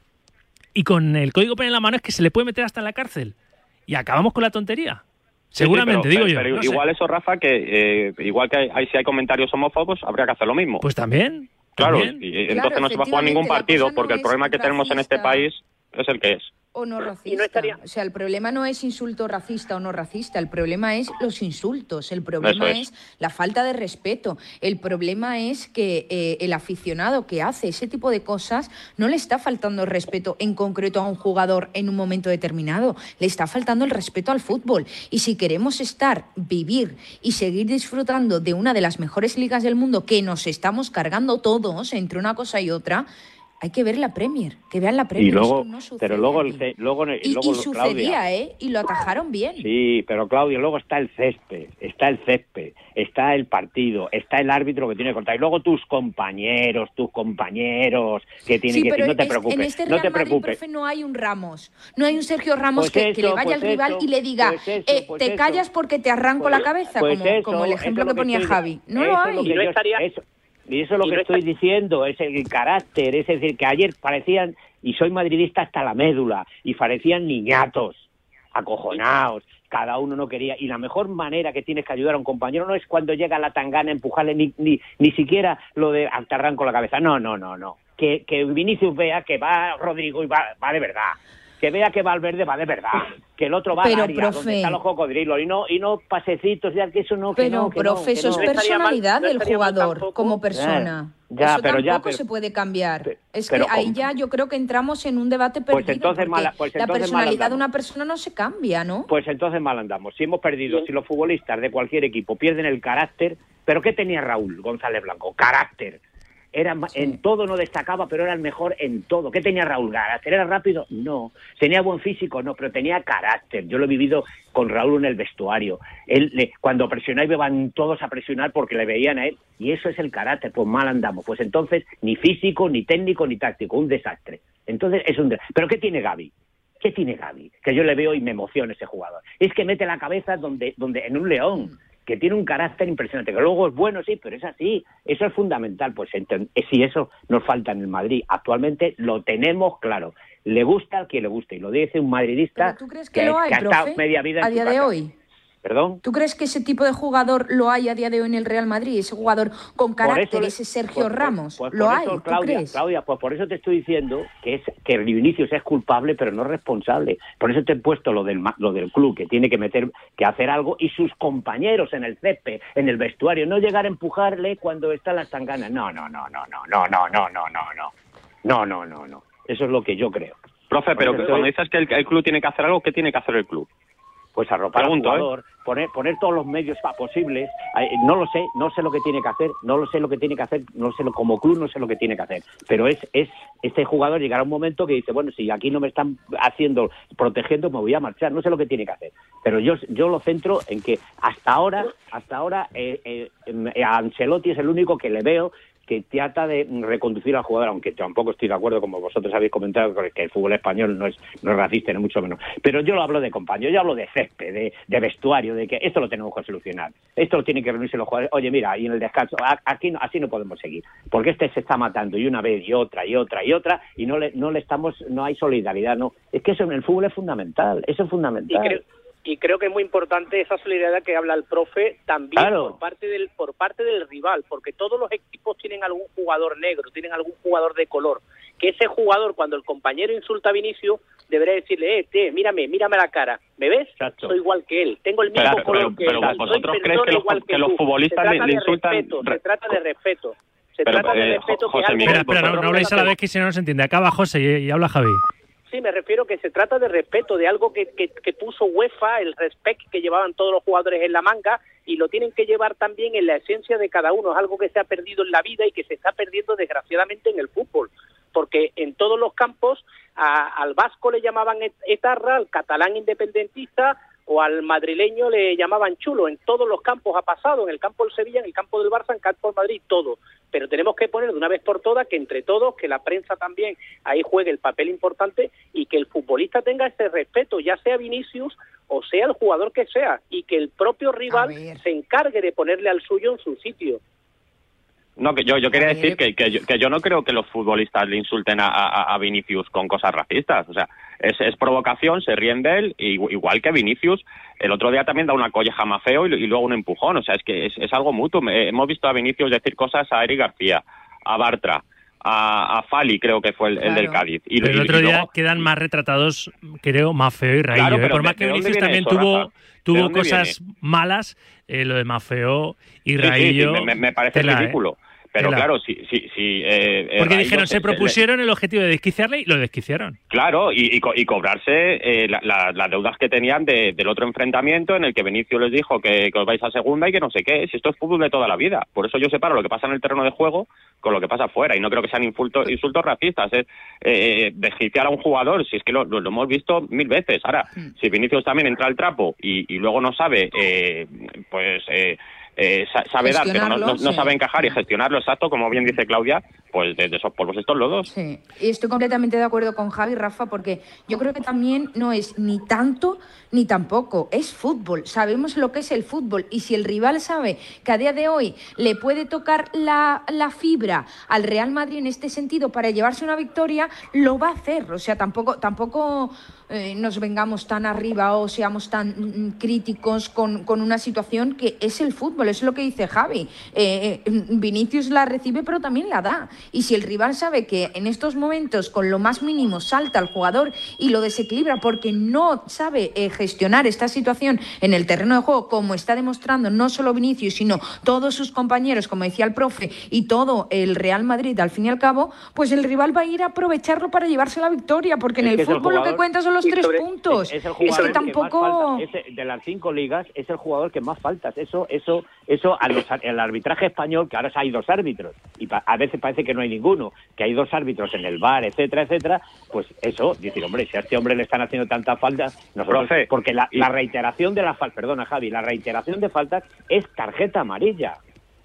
y con el código penal en la mano es que se le puede meter hasta en la cárcel. Y acabamos con la tontería. Seguramente, sí, sí, pero, digo yo. Pero no igual sé. eso, Rafa, que eh, igual que hay, si hay comentarios homófobos, habría que hacer lo mismo. Pues también. Claro, también. y, y entonces claro, no se va a jugar ningún partido, no porque el problema que tenemos en este país es el que es. O no racista. No estaría... O sea, el problema no es insulto racista o no racista, el problema es los insultos, el problema es. es la falta de respeto, el problema es que eh, el aficionado que hace ese tipo de cosas no le está faltando el respeto en concreto a un jugador en un momento determinado, le está faltando el respeto al fútbol. Y si queremos estar, vivir y seguir disfrutando de una de las mejores ligas del mundo que nos estamos cargando todos entre una cosa y otra, hay que ver la Premier, que vean la Premier. Y luego, no pero luego el luego, y, luego y sucedía, Claudia, ¿eh? Y lo atajaron bien. Sí, pero Claudio, luego está el césped, está el césped, está el partido, está el árbitro que tiene que contar, y luego tus compañeros, tus compañeros que tienen sí, que pero decir, no te es, preocupes, en este no Real te Madrid, preocupes. profe, no hay un Ramos, no hay un Sergio Ramos Pues que, eso, que le vaya pues al rival eso, y le diga, pues eso, eh, pues te eso. callas porque te arranco Pues- la cabeza, pues como, eso, como el eso ejemplo es que lo ponía estoy- Javi. No eso lo es hay. que Y no yo- estaría- eso- y eso es lo y que no estoy está- diciendo, es el carácter, es decir, que ayer parecían, y soy madridista hasta la médula, y parecían niñatos, acojonados, cada uno no quería, y la mejor manera que tienes que ayudar a un compañero no es cuando llega la tangana a empujarle, ni, ni, ni siquiera lo de te arranco la cabeza, no, no, no, no, que, que Vinicius vea que va Rodrigo y va, va de verdad, que vea que Valverde va de verdad, que el otro va Pero, al área, profe- donde están los cocodrilos, y no, y no pasecitos, ya que eso no, que Pero, no, que profe, no, que eso es no. personalidad no del estaría mal jugador tampoco. como persona. Ya, eso pero tampoco ya, pero- se puede cambiar. pe- es pero que ahí ¿cómo? ya yo creo que entramos en un debate perdido. Pues entonces porque mala- pues la entonces mal personalidad de andamos. una persona no se cambia, ¿no? Pues entonces mal andamos. Si hemos perdido, si los futbolistas de cualquier equipo pierden el carácter, ¿pero qué tenía Raúl González Blanco? Carácter. Era ma- en todo no destacaba, pero era el mejor en todo. ¿Qué tenía Raúl? ¿Carácter? ¿Era rápido? No. ¿Tenía buen físico? No, pero tenía carácter. Yo lo he vivido con Raúl en el vestuario. Él, le, cuando presionaba iban todos a presionar porque le veían a él, y eso es el carácter. Pues mal andamos. Pues entonces ni físico, ni técnico, ni táctico. Un desastre. Entonces es un desastre. ¿Pero qué tiene Gavi? ¿Qué tiene Gavi? Que yo le veo y me emociona ese jugador. Es que mete la cabeza donde, donde en un león, que tiene un carácter impresionante, que luego es bueno, sí, pero es así. Eso es fundamental. Pues ent- si eso nos falta en el Madrid, actualmente lo tenemos claro. Le gusta al que le guste, y lo dice un madridista ¿Pero tú crees que, lo hay, que ha estado profe, media vida en a su día de casa. hoy? ¿Perdón? ¿Tú crees que ese tipo de jugador lo hay a día de hoy en el Real Madrid? Ese jugador con Por carácter, le- ese Sergio pues- Ramos. pues ¿Lo por hay? eso, ¿Tú Claudia, crees? Claudia, pues por eso te estoy diciendo que es que Vinicius es culpable, pero no responsable. Por eso te he puesto lo del ma- lo del club, que tiene que meter, que hacer algo, y sus compañeros en el césped, en el vestuario, no llegar a empujarle cuando están las tanganas. No, no, no, no, no, no, no, no, no, no, no, no, no, no, no. Eso es lo que yo creo. Profe, pero Por eso cuando estoy- dices que el, el club tiene que hacer algo, ¿qué tiene que hacer el club? Pues arropar Pregunto, al jugador, poner, poner todos los medios pa- posibles. Eh, no lo sé, no sé lo que tiene que hacer, no lo sé lo que tiene que hacer, no sé lo, como club no sé lo que tiene que hacer. Pero es, es este jugador llegará un momento que dice, bueno, si aquí no me están haciendo, protegiendo, me voy a marchar. No sé lo que tiene que hacer. Pero yo, yo lo centro en que hasta ahora, hasta ahora, eh, eh, eh, a Ancelotti es el único que le veo que trata de reconducir al jugador, aunque tampoco estoy de acuerdo, como vosotros habéis comentado, que el fútbol español no es, no es racista, ni mucho menos. Pero yo lo hablo de compañero, yo hablo de césped, de, de vestuario, de que esto lo tenemos que solucionar. Esto lo tienen que reunirse los jugadores. Oye, mira, y en el descanso, a- aquí no, así no podemos seguir, porque este se está matando y una vez y otra y otra y otra, y no le, no le estamos, no hay solidaridad, no. Es que eso en el fútbol es fundamental, eso es fundamental. Y creo, y creo que es muy importante esa solidaridad que habla el profe también Claro. por parte del por parte del rival, porque todos los equipos tienen algún jugador negro, tienen algún jugador de color, que ese jugador, cuando el compañero insulta a Vinicius, debería decirle, eh, te, mírame, mírame la cara, ¿me ves? Exacto. Soy igual que él, tengo el mismo Claro, color pero- que pero él, vosotros soy creéis persona que los- igual que los tú. futbolistas se le- trata le de insultan respeto, re- se trata de respeto, se Pero, trata de eh, respeto. José que algo- Miguel, Espera, espera, no, no habléis a la vez que si no, no se entiende. Acaba José y, y habla Javi. Sí, me refiero que se trata de respeto, de algo que, que, que puso UEFA, el respect que llevaban todos los jugadores en la manga, y lo tienen que llevar también en la esencia de cada uno. Es algo que se ha perdido en la vida y que se está perdiendo desgraciadamente en el fútbol, porque en todos los campos a, al vasco le llamaban et- etarra, al catalán independentista o al madrileño le llamaban chulo. En todos los campos ha pasado, en el campo del Sevilla, en el campo del Barça, en el campo del Madrid, todo. Pero tenemos que poner de una vez por todas que entre todos, que la prensa también ahí juegue el papel importante y que el futbolista tenga ese respeto, ya sea Vinicius o sea el jugador que sea, y que el propio rival se encargue de ponerle al suyo en su sitio. No, que yo, yo quería decir que, que, yo, que yo no creo que los futbolistas le insulten a, a, a Vinicius con cosas racistas. O sea, es, es provocación, se ríen de él, y, igual que Vinicius. El otro día también da una colleja más feo y, y luego un empujón. O sea, es que es, es algo mutuo. Me- hemos visto a Vinicius decir cosas a Eric García, a Bartra, a, a Fali, creo que fue el, el del Cádiz. Y, Pero el y- otro y día luego- quedan más retratados, creo, Mafeo y Raillo. Claro, ¿eh? pero Por ¿de- más que de dónde Vinicius viene también eso, tuvo, Rafa? ¿De tuvo dónde cosas viene? malas, eh, lo de Mafeo y Sí, sí, sí, Raillo. me, me- me parece tela, ¿eh? ridículo. Pero Tela. claro, si, si, si eh, eh, Porque Raillo dijeron, se- se propusieron el objetivo de desquiciarle y lo desquiciaron. Claro, y, y, co- y cobrarse eh, la- la- las deudas que tenían de- del otro enfrentamiento en el que Vinicius les dijo que, que os vais a segunda y que no sé qué. Si esto es fútbol de toda la vida. Por eso yo separo lo que pasa en el terreno de juego con lo que pasa afuera. Y no creo que sean insultos, insultos racistas. Es eh, desquiciar a un jugador, si es que lo, lo- lo hemos visto mil veces. Ahora, si Vinicius también entra al trapo y, y luego no sabe, eh, pues... Eh, eh, sa- sabe dar, pero no, no, no Gestionarlo, sabe sí. encajar y gestionarlo, exacto, como bien dice Claudia, pues de, de esos polvos estos lodos. Sí, y estoy completamente de acuerdo con Javi, Rafa, porque yo creo que también no es ni tanto ni tampoco, es fútbol, sabemos lo que es el fútbol, y si el rival sabe que a día de hoy le puede tocar la, la fibra al Real Madrid en este sentido para llevarse una victoria, lo va a hacer, o sea, tampoco, tampoco eh, nos vengamos tan arriba o seamos tan mm, críticos con, con una situación que es el fútbol, es lo que dice Javi. Eh, eh, Vinicius la recibe pero también la da, y si el rival sabe que en estos momentos con lo más mínimo salta al jugador y lo desequilibra porque no sabe eh, gestionar esta situación en el terreno de juego, como está demostrando no solo Vinicius sino todos sus compañeros, como decía el profe, y todo el Real Madrid al fin y al cabo, pues el rival va a ir a aprovecharlo para llevarse la victoria, porque en Es el que es el fútbol lo que jugador- cuenta son los y tres sobre- puntos. Es, es el Es jugador que que más tampoco... falta. Es- de las cinco ligas es el jugador que más faltas. Eso, eso, eso a los, el arbitraje español, que ahora hay dos árbitros y pa- a veces parece que no hay ninguno, que hay dos árbitros en el V A R, etcétera, etcétera. Pues eso, decir, hombre, si a este hombre le están haciendo tantas faltas, nosotros, Profe, porque la, y- la reiteración de la falta, perdona Javi, la reiteración de faltas es tarjeta amarilla.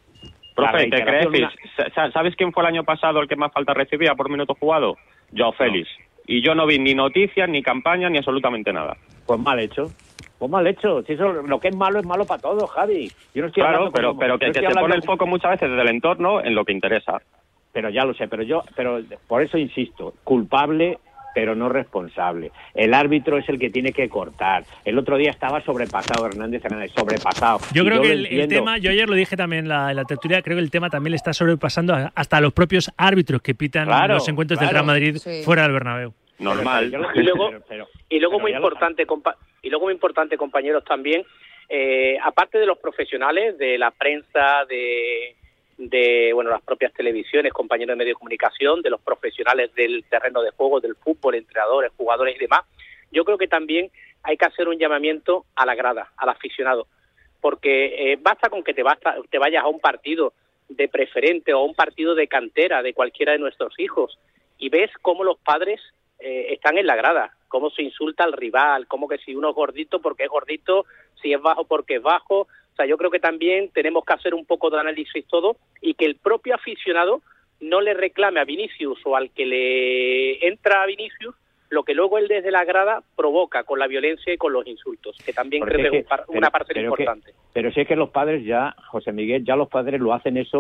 La Profe, ¿te crees? reiteración, una- Sa- sa- ¿Sabes quién fue el año pasado el que más falta recibía por minuto jugado? Joao Félix. Y yo no vi ni noticias, ni campaña, ni absolutamente nada. Pues mal hecho. Pues mal hecho. Si eso, lo que es malo es malo para todos, Javi. Yo no estoy Claro, hablando pero, como- pero yo que, estoy que se hablando- pone el foco muchas veces desde el entorno en lo que interesa. Pero ya lo sé, pero yo, pero por eso insisto, culpable pero no responsable. El árbitro es el que tiene que cortar. El otro día estaba sobrepasado Hernández Hernández, sobrepasado. Yo Y creo que lo el, el entiendo. tema, yo ayer lo dije también en la, en la tertulia, creo que el tema también le está sobrepasando a- hasta a los propios árbitros que pitan Claro, los encuentros del claro. Real Madrid Sí. fuera del Bernabéu. Normal. Y luego, Pero- pero- y luego pero muy ya lo- importante, compa- y luego muy importante, compañeros, también, eh, aparte de los profesionales, de la prensa, de, de bueno las propias televisiones, compañeros de medios de comunicación, de los profesionales del terreno de juego, del fútbol, entrenadores, jugadores y demás, yo creo que también hay que hacer un llamamiento a la grada, al aficionado, porque eh, basta con que te, basta, te vayas a un partido de preferente o a un partido de cantera de cualquiera de nuestros hijos y ves cómo los padres eh, están en la grada, cómo se insulta al rival, cómo que si uno es gordito porque es gordito, si es bajo porque es bajo. O sea, yo creo que también tenemos que hacer un poco de análisis todo y que el propio aficionado no le reclame a Vinicius o al que le entra a Vinicius lo que luego él desde la grada provoca con la violencia y con los insultos, que también Porque creo es que es que- un par- pero- una parte pero que- importante. Pero si es que los padres ya, José Miguel, ya los padres lo hacen eso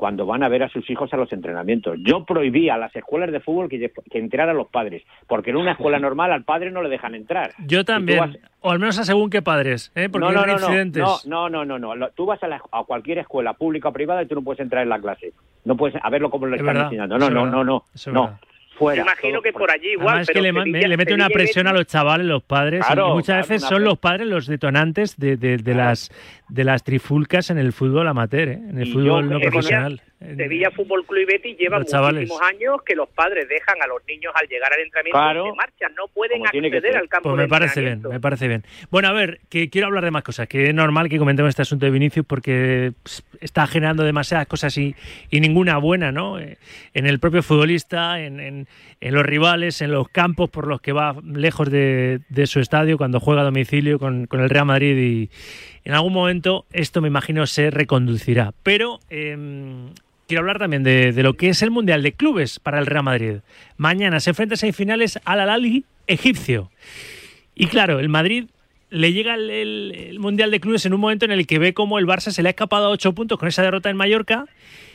cuando van a ver a sus hijos a los entrenamientos. Yo prohibía a las escuelas de fútbol que, que entraran los padres, porque en una escuela normal al padre no le dejan entrar. Yo también, vas... o al menos a según qué padres, ¿eh? Porque no, no, hay no, incidentes. No, no, no, no, no. Tú vas a, la, a cualquier escuela pública o privada y tú no puedes entrar en la clase. No puedes a verlo como lo están enseñando. No, no, no, no, no, no. Fuera, Yo imagino que por allí igual. Además, pero es que le, Sevilla, le mete una Sevilla presión a los chavales, los padres, claro, y muchas veces son los padres los detonantes de, de, de, claro. las, de las trifulcas en el fútbol amateur, ¿eh? En el y fútbol yo, no profesional. Sevilla Fútbol Club y Betis lleva muchísimos años que los padres dejan a los niños al llegar al entrenamiento claro, y se marchan, no pueden acceder al campo pues de me parece bien, me parece bien. Bueno, a ver, que quiero hablar de más cosas, que es normal que comentemos este asunto de Vinicius porque pues, está generando demasiadas cosas y, y ninguna buena, ¿no? Eh, en el propio futbolista, en, en, en los rivales, en los campos por los que va lejos de, de su estadio cuando juega a domicilio con, con el Real Madrid y en algún momento esto me imagino se reconducirá. Pero eh, quiero hablar también de, de lo que es el Mundial de Clubes para el Real Madrid. Mañana se enfrenta a semifinales al Al-Ahly egipcio. Y claro, el Madrid le llega el, el, el Mundial de Clubes en un momento en el que ve cómo el Barça se le ha escapado a ocho puntos con esa derrota en Mallorca.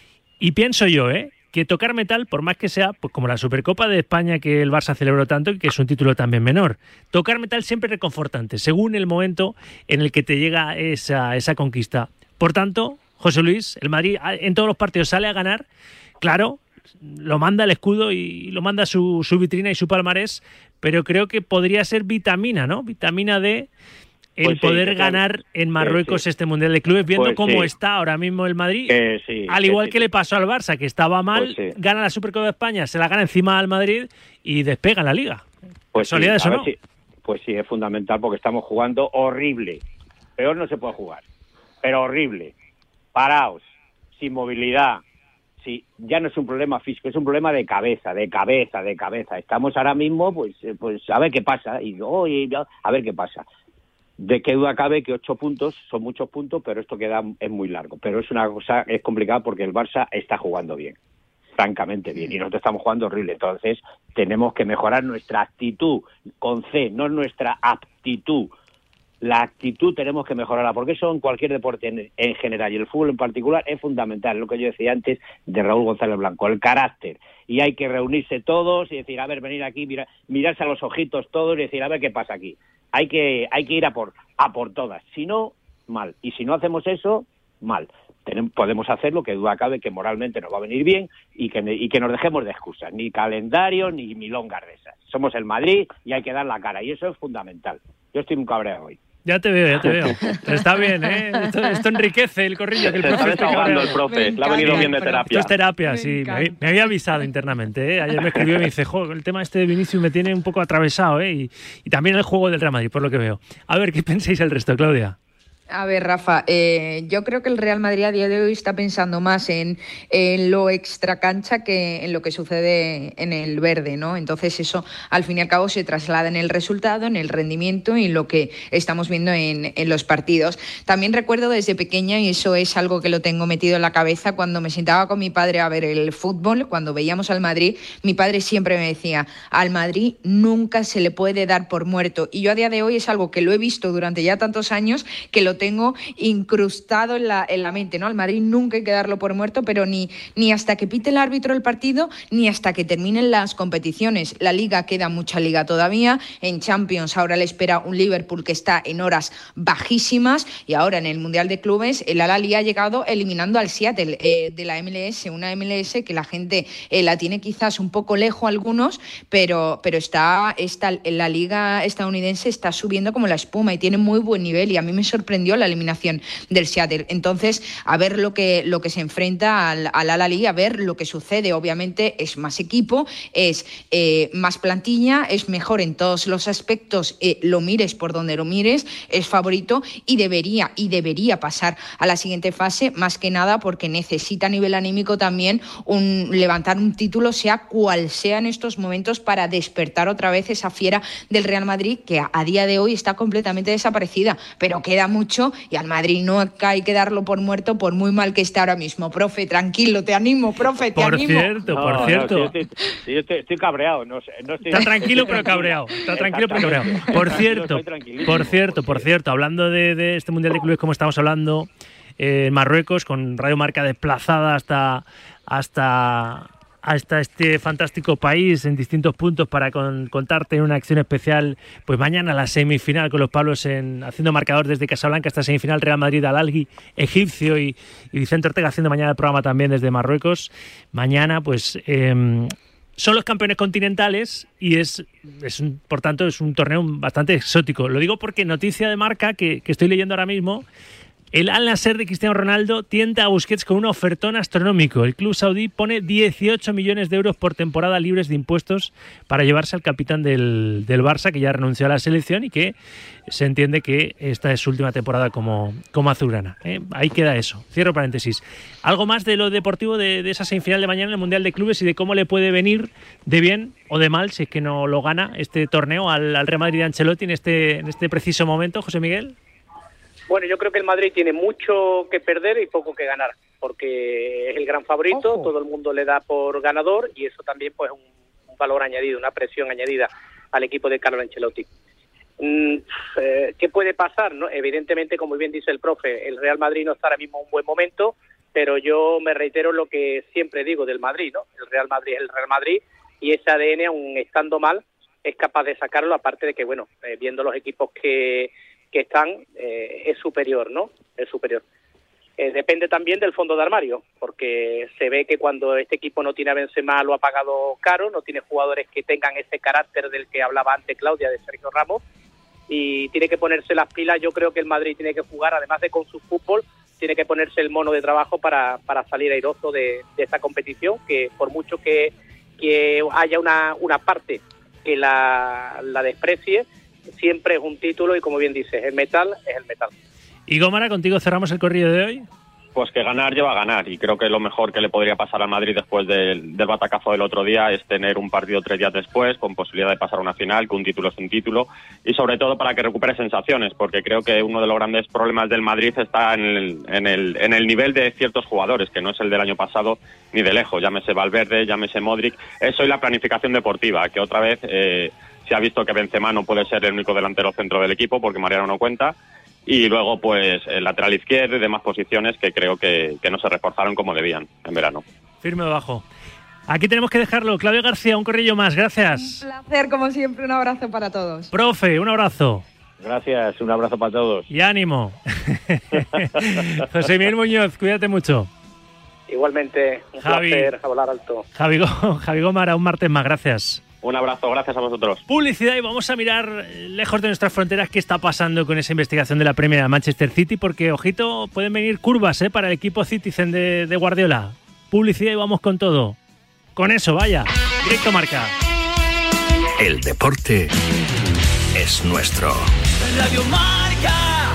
Y pienso yo, ¿eh? que tocar metal, por más que sea, pues como la Supercopa de España que el Barça celebró tanto y que es un título también menor, tocar metal siempre es reconfortante, según el momento en el que te llega esa, esa conquista. Por tanto, José Luis, el Madrid en todos los partidos sale a ganar, claro, lo manda el escudo y lo manda su, su vitrina y su palmarés, pero creo que podría ser vitamina, ¿no? Vitamina D, el pues sí, poder ganar en Marruecos sí, sí. este Mundial de Clubes, viendo pues cómo sí. está ahora mismo el Madrid, eh, sí, al igual sí, que sí. le pasó al Barça, que estaba mal, pues sí. gana la Supercopa de España, se la gana encima al Madrid y despega en la Liga. Pues sí, ¿Casualidad eso, no? Sí. Pues sí, es fundamental porque estamos jugando horrible. Peor no se puede jugar, pero horrible. Paraos, sin movilidad. Sí, ya no es un problema físico, es un problema de cabeza, de cabeza, de cabeza. Estamos ahora mismo, pues, pues a ver qué pasa. Y oh, y, a ver qué pasa. De qué duda cabe que ocho puntos son muchos puntos, pero esto queda es muy largo. Pero es una cosa, es complicada porque el Barça está jugando bien, francamente bien, y nosotros estamos jugando horrible. Entonces tenemos que mejorar nuestra actitud con C, no nuestra aptitud. La actitud tenemos que mejorarla, porque eso en cualquier deporte en, en general y el fútbol en particular es fundamental, lo que yo decía antes de Raúl González Blanco, el carácter. Y hay que reunirse todos y decir, a ver, venir aquí, mira, mirarse a los ojitos todos y decir, a ver qué pasa aquí. Hay que hay que ir a por a por todas, si no, mal. Y si no hacemos eso, mal. Tenemos, podemos hacerlo, que duda cabe que moralmente nos va a venir bien y que, y que nos dejemos de excusas, ni calendario ni milongas de esas. Somos el Madrid y hay que dar la cara, y eso es fundamental. Yo estoy muy cabreado hoy. Ya te veo, ya te veo. Pero está bien, ¿eh? Esto, esto enriquece el corrillo. Que el Se profe está desahogando el profe, le ha venido bien de terapia. Esto es terapia, me sí. Me, me había avisado internamente, ¿eh? Ayer me escribió y me dice, jo, el tema este de Vinicius me tiene un poco atravesado, ¿eh? Y, y también el juego del Real Madrid, por lo que veo. A ver, ¿qué pensáis el resto, Claudia? A ver, Rafa, eh, yo creo que el Real Madrid a día de hoy está pensando más en, en lo extracancha que en lo que sucede en el verde, ¿no? Entonces eso, al fin y al cabo, se traslada en el resultado, en el rendimiento y en lo que estamos viendo en, en los partidos. También recuerdo desde pequeña, y eso es algo que lo tengo metido en la cabeza, cuando me sentaba con mi padre a ver el fútbol, cuando veíamos al Madrid, mi padre siempre me decía, al Madrid nunca se le puede dar por muerto. Y yo a día de hoy es algo que lo he visto durante ya tantos años que lo tengo incrustado en la, en la mente, ¿no? Al Madrid nunca hay que darlo por muerto, pero ni, ni hasta que pite el árbitro el partido, ni hasta que terminen las competiciones. La Liga, queda mucha Liga todavía. En Champions ahora le espera un Liverpool que está en horas bajísimas, y ahora en el Mundial de Clubes el Al-Ahly ha llegado eliminando al Seattle eh, de la M L S, una M L S que la gente eh, la tiene quizás un poco lejos algunos, pero, pero está, está la Liga estadounidense está subiendo como la espuma y tiene muy buen nivel, y a mí me sorprendió la eliminación del Seattle. Entonces, a ver lo que, lo que se enfrenta al, al Al-Ahly, a ver lo que sucede. Obviamente es más equipo, es eh, más plantilla, es mejor en todos los aspectos, eh, lo mires por donde lo mires, es favorito y debería, y debería pasar a la siguiente fase, más que nada porque necesita a nivel anímico también un, levantar un título, sea cual sea en estos momentos, para despertar otra vez esa fiera del Real Madrid, que a, a día de hoy está completamente desaparecida, pero queda mucho, y al Madrid no hay que darlo por muerto, por muy mal que esté ahora mismo. Profe, tranquilo, te animo, profe, te por animo. Cierto, no, por cierto, no, sí, estoy, sí, estoy, estoy cabreado. No, no estoy, está tranquilo pero cabreado. Está tranquilo pero cabreado. Por cierto, por cierto, por cierto, hablando de, de este Mundial de Clubes, como estamos hablando, eh, en Marruecos, con Radio Marca desplazada hasta, hasta, hasta este fantástico país en distintos puntos para con, contarte una acción especial. Pues mañana la semifinal con los Pablos en, haciendo marcador desde Casablanca hasta semifinal Real Madrid al Algui egipcio y, y Vicente Ortega haciendo mañana el programa también desde Marruecos. Mañana pues... Eh, son los campeones continentales y es, es un, por tanto, es un torneo bastante exótico. Lo digo porque noticia de Marca que, que estoy leyendo ahora mismo, el Al Nassr de Cristiano Ronaldo tienta a Busquets con un ofertón astronómico. El club saudí pone dieciocho millones de euros por temporada libres de impuestos para llevarse al capitán del, del Barça, que ya renunció a la selección y que se entiende que esta es su última temporada como, como azulgrana. ¿eh? Ahí queda eso. Cierro paréntesis. Algo más de lo deportivo de, de esa semifinal de mañana en el Mundial de Clubes y de cómo le puede venir de bien o de mal si es que no lo gana este torneo al, al Real Madrid de Ancelotti en este, en este preciso momento, José Miguel. Bueno, yo creo que el Madrid tiene mucho que perder y poco que ganar, porque es el gran favorito, Ojo. todo el mundo le da por ganador y eso también pues es un, un valor añadido, una presión añadida al equipo de Carlo Ancelotti. Mm, eh, ¿Qué puede pasar? ¿No? Evidentemente, como bien dice el profe, el Real Madrid no está ahora mismo en un buen momento, pero yo me reitero lo que siempre digo del Madrid, ¿no? El Real Madrid es el Real Madrid y ese A D N, aun estando mal, es capaz de sacarlo, aparte de que, bueno, eh, viendo los equipos que... que están, eh, es superior, ¿no? Es superior. Eh, depende también del fondo de armario, porque se ve que cuando este equipo no tiene a Benzema lo ha pagado caro, no tiene jugadores que tengan ese carácter del que hablaba antes Claudia, de Sergio Ramos, y tiene que ponerse las pilas. Yo creo que el Madrid tiene que jugar, además de con su fútbol, tiene que ponerse el mono de trabajo para, para salir airoso de, de esta competición, que por mucho que, que haya una, una parte que la, la desprecie, siempre es un título y, como bien dices, el metal es el metal. Y Gómara, contigo cerramos el corrillo de hoy. Pues que ganar lleva a ganar y creo que lo mejor que le podría pasar al Madrid después del, del batacazo del otro día es tener un partido tres días después con posibilidad de pasar a una final, que un título es un título y sobre todo para que recupere sensaciones, porque creo que uno de los grandes problemas del Madrid está en el, en el, en el nivel de ciertos jugadores, que no es el del año pasado ni de lejos, llámese Valverde, llámese Modric, eso y la planificación deportiva, que otra vez... Eh, se ha visto que Benzema no puede ser el único delantero centro del equipo porque Mariano no cuenta. Y luego, pues, el lateral izquierdo y demás posiciones que creo que, que no se reforzaron como debían en verano. Firme abajo. Aquí tenemos que dejarlo. Claudio García, un corrillo más. Gracias. Un placer, como siempre. Un abrazo para todos. Profe, un abrazo. Gracias, un abrazo para todos. Y ánimo. José Miguel Muñoz, cuídate mucho. Igualmente, un Javi, placer hablar alto. Javi, Javi Gómara, un martes más. Gracias. Un abrazo, gracias a vosotros. Publicidad y vamos a mirar lejos de nuestras fronteras qué está pasando con esa investigación de la Premier de Manchester City, porque, ojito, pueden venir curvas ¿eh? para el equipo Citizen de, de Guardiola. Publicidad y vamos con todo. Con eso, vaya. Directo Marca. El deporte es nuestro. Radio Marca.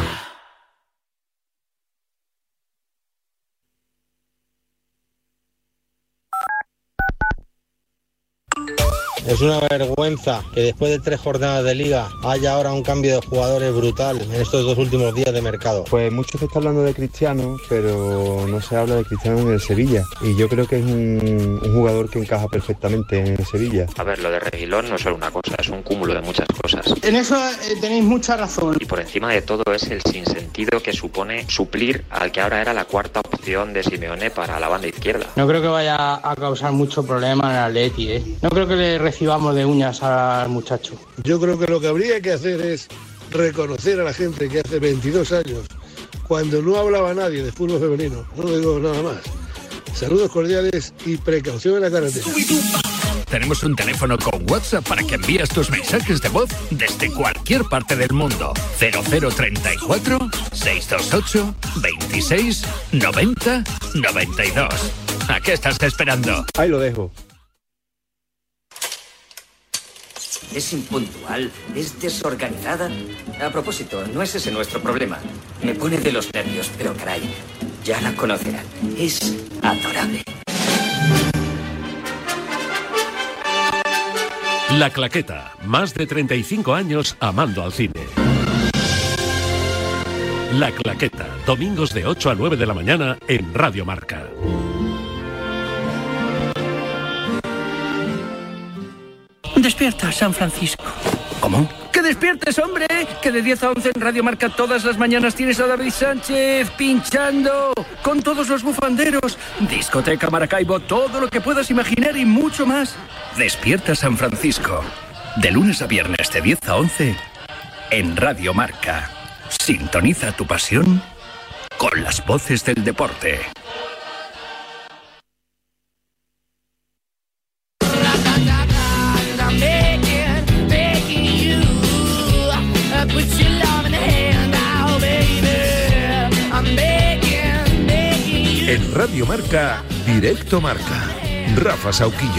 Es una vergüenza que después de tres jornadas de liga haya ahora un cambio de jugadores brutal en estos dos últimos días de mercado. Pues mucho se está hablando de Cristiano, pero no se habla de Cristiano en el Sevilla. Y yo creo que es un, un jugador que encaja perfectamente en el Sevilla. A ver, lo de Reguilón no es solo una cosa, es un cúmulo de muchas cosas. En eso eh, tenéis mucha razón. Y por encima de todo es el sinsentido que supone suplir al que ahora era la cuarta opción de Simeone para la banda izquierda. No creo que vaya a causar mucho problema en el Atleti, ¿eh? No creo que le recibamos de uñas al muchacho. Yo creo que lo que habría que hacer es reconocer a la gente que hace veintidós años, cuando no hablaba nadie de fútbol femenino, no digo nada más. Saludos cordiales y precaución en la carretera. Tenemos un teléfono con WhatsApp para que envíes tus mensajes de voz desde cualquier parte del mundo. cero cero treinta y cuatro, seiscientos veintiocho, veintiséis, noventa, noventa y dos. ¿A qué estás esperando? Ahí lo dejo. Es impuntual, es desorganizada. A propósito, no es ese nuestro problema. Me pone de los nervios, pero caray, ya la conocerán. Es adorable. La Claqueta, más de treinta y cinco años amando al cine. La Claqueta, domingos de ocho a nueve de la mañana en Radio Marca. Despierta, San Francisco. ¿Cómo? ¡Que despiertes, hombre! Que de diez a once en Radio Marca todas las mañanas tienes a David Sánchez pinchando con todos los bufanderos. Discoteca Maracaibo, todo lo que puedas imaginar y mucho más. Despierta San Francisco. De lunes a viernes de diez a once en Radio Marca. Sintoniza tu pasión con las voces del deporte. En Radio Marca, Directo Marca. Rafa Sauquillo.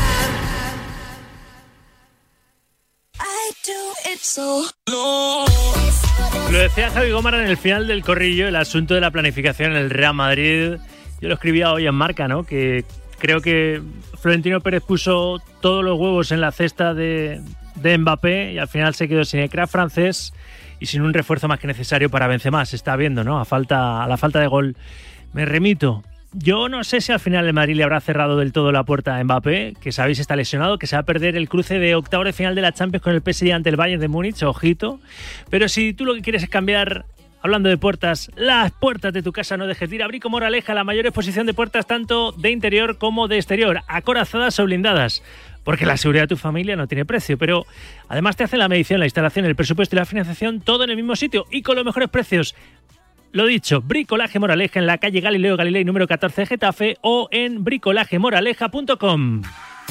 Lo decía Javi Gómara en el final del corrillo, el asunto de la planificación en el Real Madrid. Yo lo escribía hoy en Marca, ¿no? Que creo que Florentino Pérez puso todos los huevos en la cesta de, de Mbappé y al final se quedó sin el crack francés y sin un refuerzo más que necesario para Benzema. Se está viendo, ¿no? A falta, a la falta de gol. Me remito. Yo no sé si al final el Madrid le habrá cerrado del todo la puerta a Mbappé, que sabéis está lesionado, que se va a perder el cruce de octavos de final de la Champions con el P S G ante el Bayern de Múnich, ojito. Pero si tú lo que quieres es cambiar, hablando de puertas, las puertas de tu casa, no dejes de ir a Brico Moraleja, la mayor exposición de puertas tanto de interior como de exterior, acorazadas o blindadas. Porque la seguridad de tu familia no tiene precio, pero además te hacen la medición, la instalación, el presupuesto y la financiación, todo en el mismo sitio y con los mejores precios. Lo dicho, Bricolaje Moraleja en la calle Galileo Galilei número catorce de Getafe o en bricolaje moraleja punto com.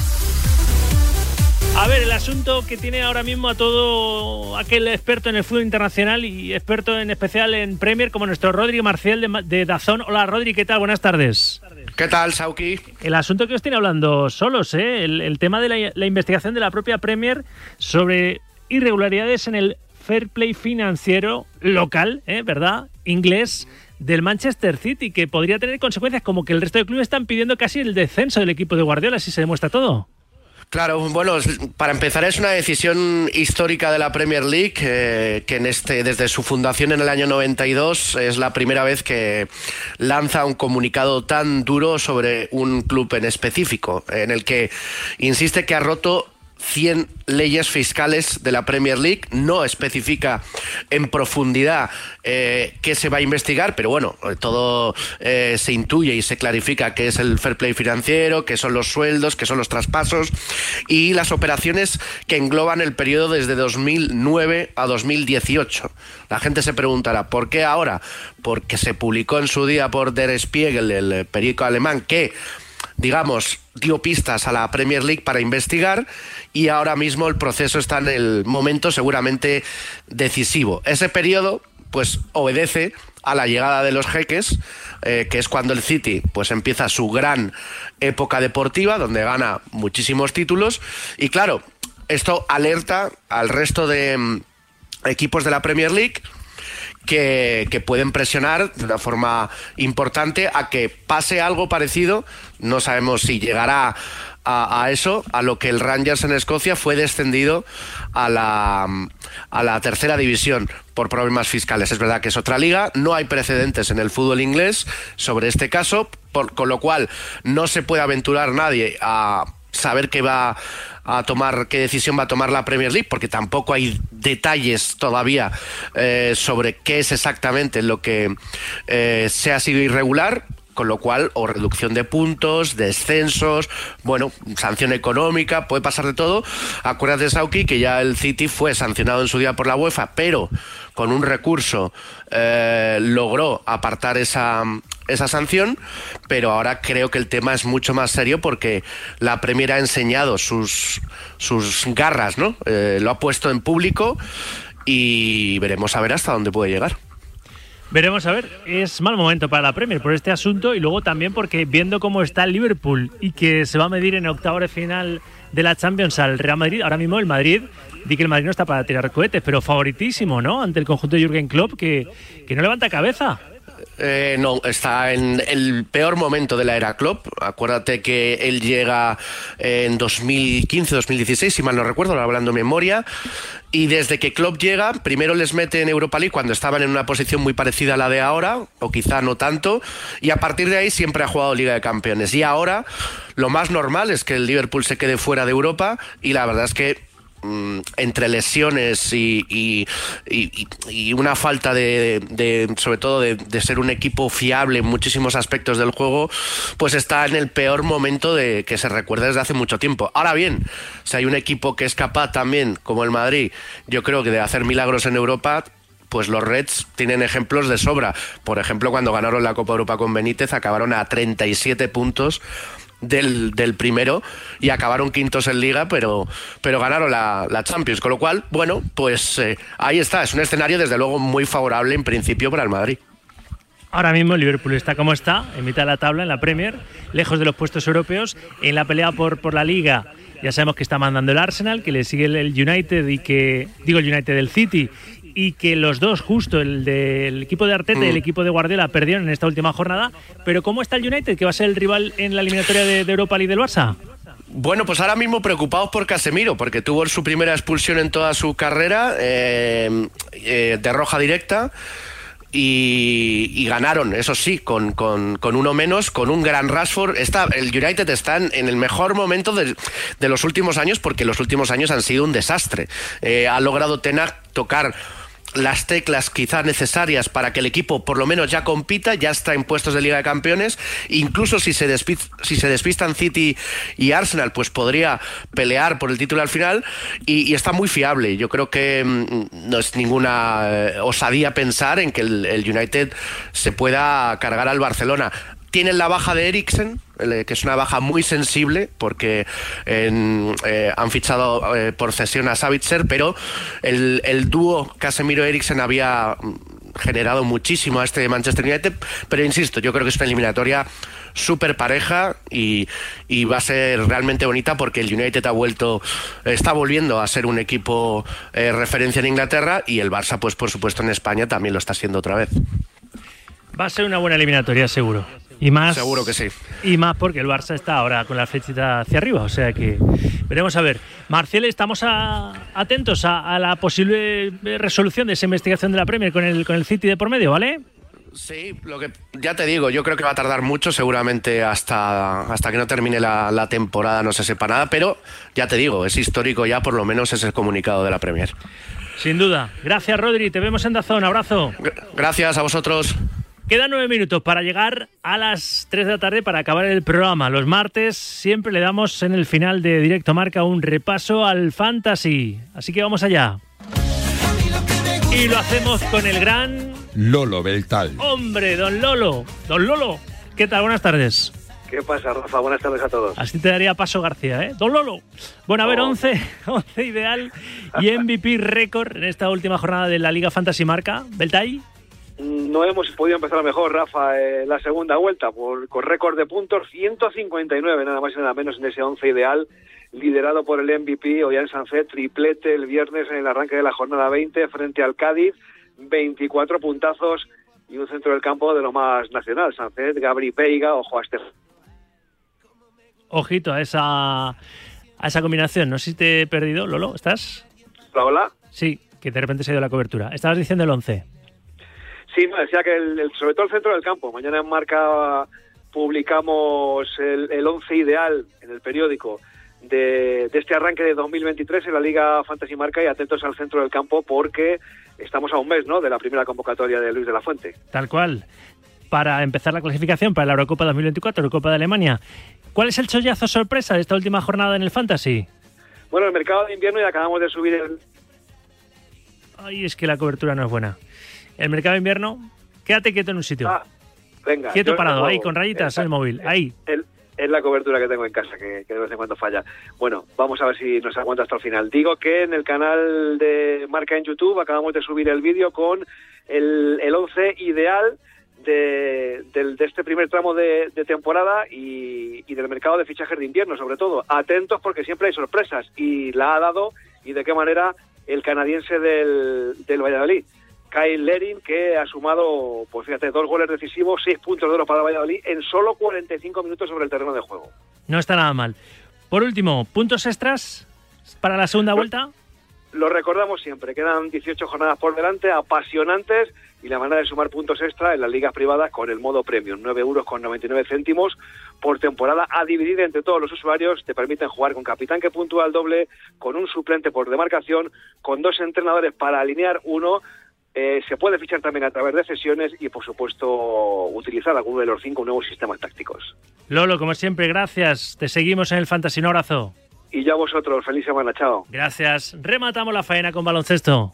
A ver, el asunto que tiene ahora mismo a todo aquel experto en el fútbol internacional y experto en especial en Premier como nuestro Rodri Marcial de, de DAZN. Hola Rodri, ¿qué tal? Buenas tardes. ¿Qué tal, Sauki? El asunto que os tiene hablando solos, ¿eh? El, el tema de la, la investigación de la propia Premier sobre irregularidades en el fair play financiero local, ¿eh? ¿Verdad? Inglés del Manchester City, que podría tener consecuencias como que el resto de clubes están pidiendo casi el descenso del equipo de Guardiola, si se demuestra todo. Claro, bueno, para empezar es una decisión histórica de la Premier League, eh, que en este, desde su fundación en el año noventa y dos es la primera vez que lanza un comunicado tan duro sobre un club en específico, en el que insiste que ha roto cien leyes fiscales de la Premier League. No especifica en profundidad eh, qué se va a investigar, pero bueno, todo eh, se intuye y se clarifica qué es el fair play financiero, qué son los sueldos, qué son los traspasos y las operaciones que engloban el periodo desde dos mil nueve a dos mil dieciocho. La gente se preguntará, ¿por qué ahora? Porque se publicó en su día por Der Spiegel, el periódico alemán, que digamos, dio pistas a la Premier League para investigar y ahora mismo el proceso está en el momento seguramente decisivo. Ese periodo, pues, obedece a la llegada de los jeques, eh, que es cuando el City pues empieza su gran época deportiva, donde gana muchísimos títulos y claro, esto alerta al resto de mm, equipos de la Premier League Que, que pueden presionar de una forma importante a que pase algo parecido. No sabemos si llegará a, a eso, a lo que el Rangers en Escocia fue descendido a la, a la tercera división por problemas fiscales. Es verdad que es otra liga, no hay precedentes en el fútbol inglés sobre este caso, por, con lo cual no se puede aventurar nadie a saber qué va a tomar, qué decisión va a tomar la Premier League, porque tampoco hay detalles todavía eh, sobre qué es exactamente lo que eh, se ha sido irregular, con lo cual, o reducción de puntos, descensos, bueno, sanción económica, puede pasar de todo. Acuérdate, Sauki, que ya el City fue sancionado en su día por la UEFA, pero con un recurso eh, logró apartar esa, esa sanción, pero ahora creo que el tema es mucho más serio porque la Premier ha enseñado sus, sus garras, ¿no? Eh, lo ha puesto en público y veremos a ver hasta dónde puede llegar. Veremos a ver, es mal momento para la Premier por este asunto y luego también porque viendo cómo está el Liverpool y que se va a medir en octavos de final de la Champions al Real Madrid, ahora mismo el Madrid, di que el Madrid no está para tirar cohetes, pero favoritísimo, ¿no? Ante el conjunto de Jürgen Klopp que, que no levanta cabeza. Eh, no, está en el peor momento de la era Klopp. Acuérdate que él llega en dos mil quince, dos mil dieciséis, si mal no recuerdo, hablando de memoria. Y desde que Klopp llega, primero les mete en Europa League cuando estaban en una posición muy parecida a la de ahora, o quizá no tanto, y a partir de ahí siempre ha jugado Liga de Campeones. Y ahora lo más normal es que el Liverpool se quede fuera de Europa, y la verdad es que entre lesiones y, y, y, y una falta de, de sobre todo de, de ser un equipo fiable en muchísimos aspectos del juego, pues está en el peor momento de que se recuerda desde hace mucho tiempo. Ahora bien, si hay un equipo que es capaz también, como el Madrid, yo creo que de hacer milagros en Europa, pues los Reds tienen ejemplos de sobra. Por ejemplo, cuando ganaron la Copa Europa con Benítez, acabaron a treinta y siete puntos Del, del primero y acabaron quintos en Liga, pero, pero ganaron la, la Champions, con lo cual, bueno, pues eh, ahí está, es un escenario desde luego muy favorable en principio para el Madrid. Ahora mismo el Liverpool está como está, en mitad de la tabla en la Premier, lejos de los puestos europeos, en la pelea por, por la Liga. Ya sabemos que está mandando el Arsenal, que le sigue el, el United y que, digo el United del City, y que los dos, justo el del equipo de Arteta mm. y el equipo de Guardiola, perdieron en esta última jornada. Pero ¿cómo está el United, que va a ser el rival en la eliminatoria de, de Europa League del Barça? Bueno, pues ahora mismo preocupados por Casemiro, porque tuvo su primera expulsión en toda su carrera, eh, eh, de roja directa. Y, y ganaron, eso sí, con, con, con uno menos, con un gran Rashford. Está, el United está en, en el mejor momento de, de los últimos años, porque los últimos años han sido un desastre. Eh, ha logrado Ten Hag tocar las teclas quizás necesarias para que el equipo por lo menos ya compita, ya está en puestos de Liga de Campeones. Incluso si se, despist, si se despistan City y Arsenal, pues podría pelear por el título al final, y, y está muy fiable. Yo creo que mmm, no es ninguna eh, osadía pensar en que el, el United se pueda cargar al Barcelona. Tienen la baja de Eriksen, que es una baja muy sensible, porque en, eh, han fichado eh, por cesión a Savitzer, pero el, el dúo Casemiro-Eriksen había generado muchísimo a este Manchester United. Pero insisto, yo creo que es una eliminatoria súper pareja y, y va a ser realmente bonita, porque el United ha vuelto, está volviendo a ser un equipo eh, referencia en Inglaterra, y el Barça, pues por supuesto en España también lo está siendo otra vez. Va a ser una buena eliminatoria, seguro. Y más, seguro que sí. Y más porque el Barça está ahora con la flechita hacia arriba, o sea que veremos a ver. Marcial, estamos a, atentos a, a la posible resolución de esa investigación de la Premier con el, con el City de por medio, ¿vale? Sí, lo que ya te digo, yo creo que va a tardar mucho, seguramente hasta, hasta que no termine la, la temporada no se sepa nada, pero ya te digo, es histórico ya, por lo menos es el comunicado de la Premier. Sin duda. Gracias, Rodri, te vemos en Dazón, abrazo. Gracias a vosotros. Quedan nueve minutos para llegar a las tres de la tarde para acabar el programa. Los martes siempre le damos en el final de Directo Marca un repaso al Fantasy. Así que vamos allá. Y lo hacemos con el gran... Lolo Beltal. ¡Hombre, don Lolo! Don Lolo, ¿qué tal? Buenas tardes. ¿Qué pasa, Rafa? Buenas tardes a todos. Así te daría paso García, ¿eh? Don Lolo. Bueno, a ver, oh. once, once ideal y M V P récord en esta última jornada de la Liga Fantasy Marca. ¿Beltay? No hemos podido empezar mejor, Rafa, eh, la segunda vuelta, por, con récord de puntos, ciento cincuenta y nueve, nada más y nada menos en ese once ideal, liderado por el M V P, Ollán Sancet, triplete el viernes en el arranque de la jornada veinte frente al Cádiz, veinticuatro puntazos y un centro del campo de lo más nacional, Sancet, Gabri Peiga, ojo a este. Ojito a esa, a esa combinación, no sé si te he perdido, Lolo, ¿estás? Hola, hola. Sí, que de repente se ha ido la cobertura. Estabas diciendo el once. Sí, no, decía que el, el, sobre todo el centro del campo. Mañana en Marca publicamos el, el once ideal en el periódico de, de este arranque de dos mil veintitrés en la Liga Fantasy Marca, y atentos al centro del campo porque estamos a un mes, ¿no?, de la primera convocatoria de Luis de la Fuente. Tal cual. Para empezar la clasificación para la Eurocopa dos mil veinticuatro, Eurocopa de Alemania. ¿Cuál es el chollazo sorpresa de esta última jornada en el Fantasy? Bueno, el mercado de invierno, y acabamos de subir el... Ay, es que la cobertura no es buena. El mercado de invierno, quédate quieto en un sitio. Ah, venga. Quieto parado, tengo, ahí, con rayitas en el móvil, ahí. El, es la cobertura que tengo en casa, que, que de vez en cuando falla. Bueno, vamos a ver si nos aguanta hasta el final. Digo que en el canal de Marca en YouTube acabamos de subir el vídeo con el, el once ideal de, de, de este primer tramo de, de temporada y, y del mercado de fichajes de invierno, sobre todo. Atentos porque siempre hay sorpresas, y la ha dado, y de qué manera, el canadiense del, del Valladolid, Kyle Lerin, que ha sumado, pues fíjate, dos goles decisivos, seis puntos de oro para Valladolid en solo cuarenta y cinco minutos sobre el terreno de juego. No está nada mal. Por último, ¿puntos extras para la segunda vuelta? Lo recordamos siempre, quedan dieciocho jornadas por delante, apasionantes, y la manera de sumar puntos extra en las ligas privadas con el modo premium, nueve euros con noventa y nueve céntimos por temporada, a dividir entre todos los usuarios. Te permiten jugar con capitán que puntúa al doble, con un suplente por demarcación, con dos entrenadores para alinear uno. Eh, se puede fichar también a través de sesiones y, por supuesto, utilizar alguno de los cinco nuevos sistemas tácticos. Lolo, como siempre, gracias. Te seguimos en el Fantasy. Un abrazo. Y ya vosotros, feliz semana, chao. Gracias. Rematamos la faena con baloncesto.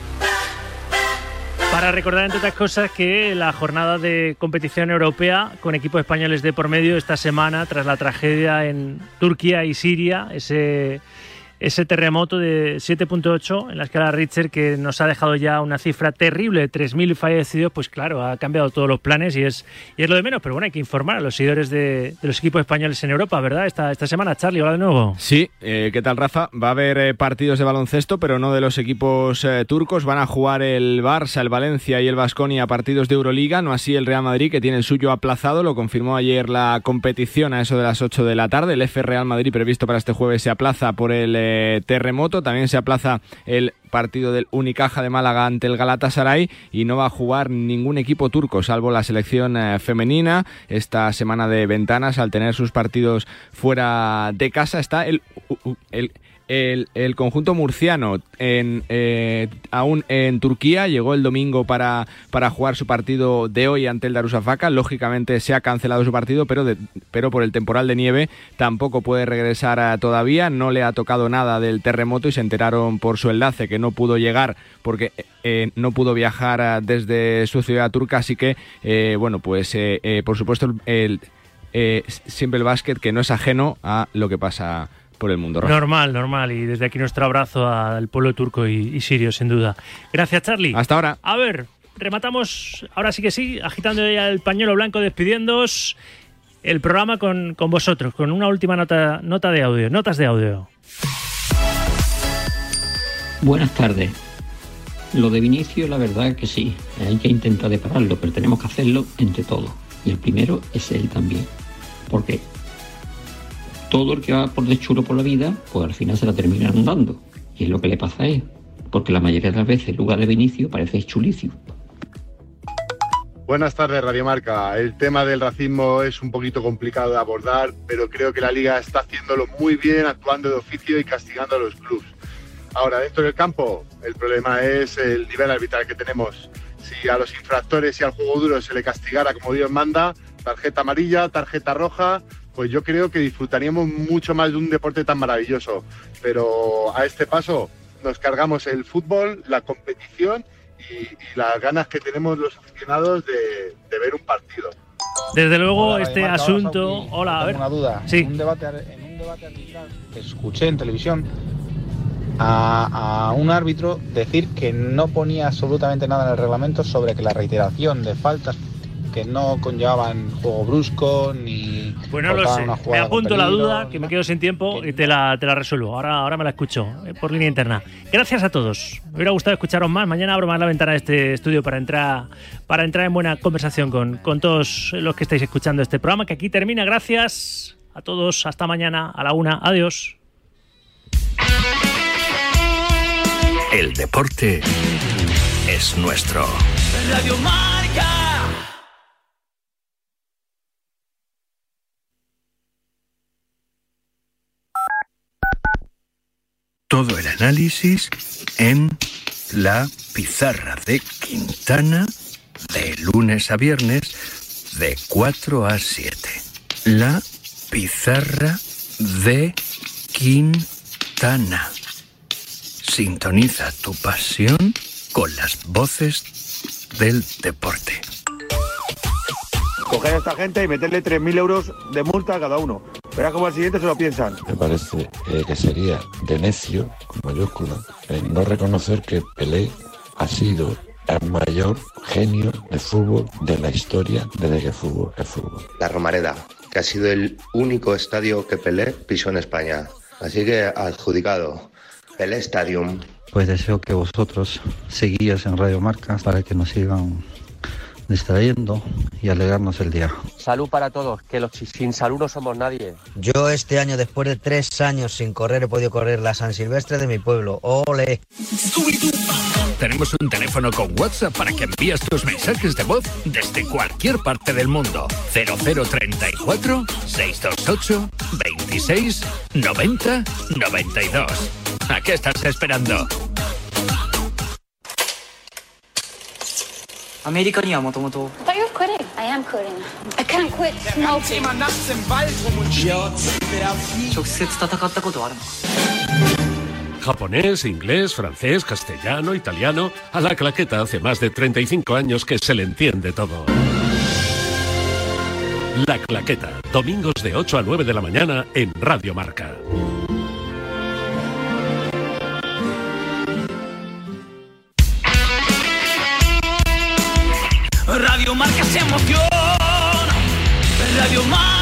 Para recordar, entre otras cosas, que la jornada de competición europea con equipos españoles de por medio esta semana, tras la tragedia en Turquía y Siria, ese... ese terremoto de siete punto ocho en la escala Richter, que nos ha dejado ya una cifra terrible de tres mil fallecidos, pues claro, ha cambiado todos los planes y es y es lo de menos, pero bueno, hay que informar a los seguidores de, de los equipos españoles en Europa, ¿verdad? Esta, esta semana, Charlie, hola de nuevo. Sí, eh, ¿qué tal, Rafa? Va a haber eh, partidos de baloncesto, pero no de los equipos eh, turcos. Van a jugar el Barça, el Valencia y el Baskonia partidos de Euroliga, no así el Real Madrid, que tiene el suyo aplazado. Lo confirmó ayer la competición a eso de las ocho de la tarde. El F Real Madrid, previsto para este jueves, se aplaza por el eh, terremoto. También se aplaza el partido del Unicaja de Málaga ante el Galatasaray y no va a jugar ningún equipo turco, salvo la selección eh, femenina. Esta semana de ventanas, al tener sus partidos fuera de casa, está el... Uh, uh, el El, el conjunto murciano en, eh, aún en Turquía. Llegó el domingo para, para jugar su partido de hoy ante el Darüşşafaka. Lógicamente se ha cancelado su partido, pero, de, pero por el temporal de nieve tampoco puede regresar a, todavía. No le ha tocado nada del terremoto y se enteraron por su enlace que no pudo llegar porque eh, no pudo viajar a, desde su ciudad turca. Así que, eh, bueno, pues eh, eh, por supuesto el, eh, siempre el básquet, que no es ajeno a lo que pasa por el mundo. Rafa. Normal, normal. Y desde aquí nuestro abrazo al pueblo turco y, y sirio, sin duda. Gracias, Charlie. Hasta ahora. A ver, rematamos, ahora sí que sí, agitando ya el pañuelo blanco, despidiéndoos el programa con, con vosotros, con una última nota, nota de audio, notas de audio. Buenas tardes. Lo de Vinicius, la verdad que sí, hay que intentar de pararlo, pero tenemos que hacerlo entre todos. Y el primero es él también. ¿Por qué? Todo el que va por de chulo por la vida, pues al final se la terminan dando. Y es lo que le pasa a él. Porque la mayoría de las veces, en lugar de Vinicius, parece chulicio. Buenas tardes, Radio Marca. El tema del racismo es un poquito complicado de abordar, pero creo que la Liga está haciéndolo muy bien, actuando de oficio y castigando a los clubes. Ahora, dentro del campo, el problema es el nivel arbitral que tenemos. Si a los infractores y al juego duro se le castigara como Dios manda, tarjeta amarilla, tarjeta roja, pues yo creo que disfrutaríamos mucho más de un deporte tan maravilloso. Pero a este paso nos cargamos el fútbol, la competición y, y las ganas que tenemos los aficionados de, de ver un partido. Desde luego, hola, este Marca, asunto... hola, hola, a ver. Tengo una duda. Sí. En un debate, en un debate arbitral que escuché en televisión a, a un árbitro decir que no ponía absolutamente nada en el reglamento sobre que la reiteración de faltas que no conllevaban juego brusco ni Bueno, lo sé. Me apunto la duda, que me quedo sin tiempo y te la, te la resuelvo. Ahora, ahora me la escucho eh, por línea interna. Gracias a todos. Me hubiera gustado escucharos más. Mañana abro más la ventana de este estudio para entrar, para entrar en buena conversación con, con todos los que estáis escuchando este programa, que aquí termina. Gracias a todos. Hasta mañana a la una. Adiós. El deporte es nuestro. Radio Marca. Todo el análisis en La Pizarra de Quintana, de lunes a viernes, de cuatro a siete. La Pizarra de Quintana. Sintoniza tu pasión con las voces del deporte. Coger a esta gente y meterle tres mil euros de multa a cada uno. Verás cómo al siguiente se lo piensan. Me parece eh, que sería de necio, con mayúscula, eh, no reconocer que Pelé ha sido el mayor genio de fútbol de la historia desde que el fútbol es fútbol. La Romareda, que ha sido el único estadio que Pelé pisó en España. Así que adjudicado, Pelé Stadium. Pues deseo que vosotros seguíis en Radio Marca para que nos sigan distrayendo y alegrarnos el día. Salud para todos, que los sin salud no somos nadie. Yo este año, después de tres años sin correr, he podido correr la San Silvestre de mi pueblo. ¡Ole! Tenemos un teléfono con WhatsApp para que envíes tus mensajes de voz desde cualquier parte del mundo. cero cero treinta y cuatro, seiscientos veintiocho, veintiséis, noventa, noventa y dos. ¿A qué estás esperando? アメリカにはもともと But you're quitting. I am quitting. I can't quit smoking. 直接戦ったことあるの Japonés, inglés, francés, castellano, italiano. A la claqueta hace más de treinta y cinco años que se le entiende todo. La Claqueta, domingos de ocho a nueve de la mañana en Radio Marca. Radio Marca se emociona. Radio Marca.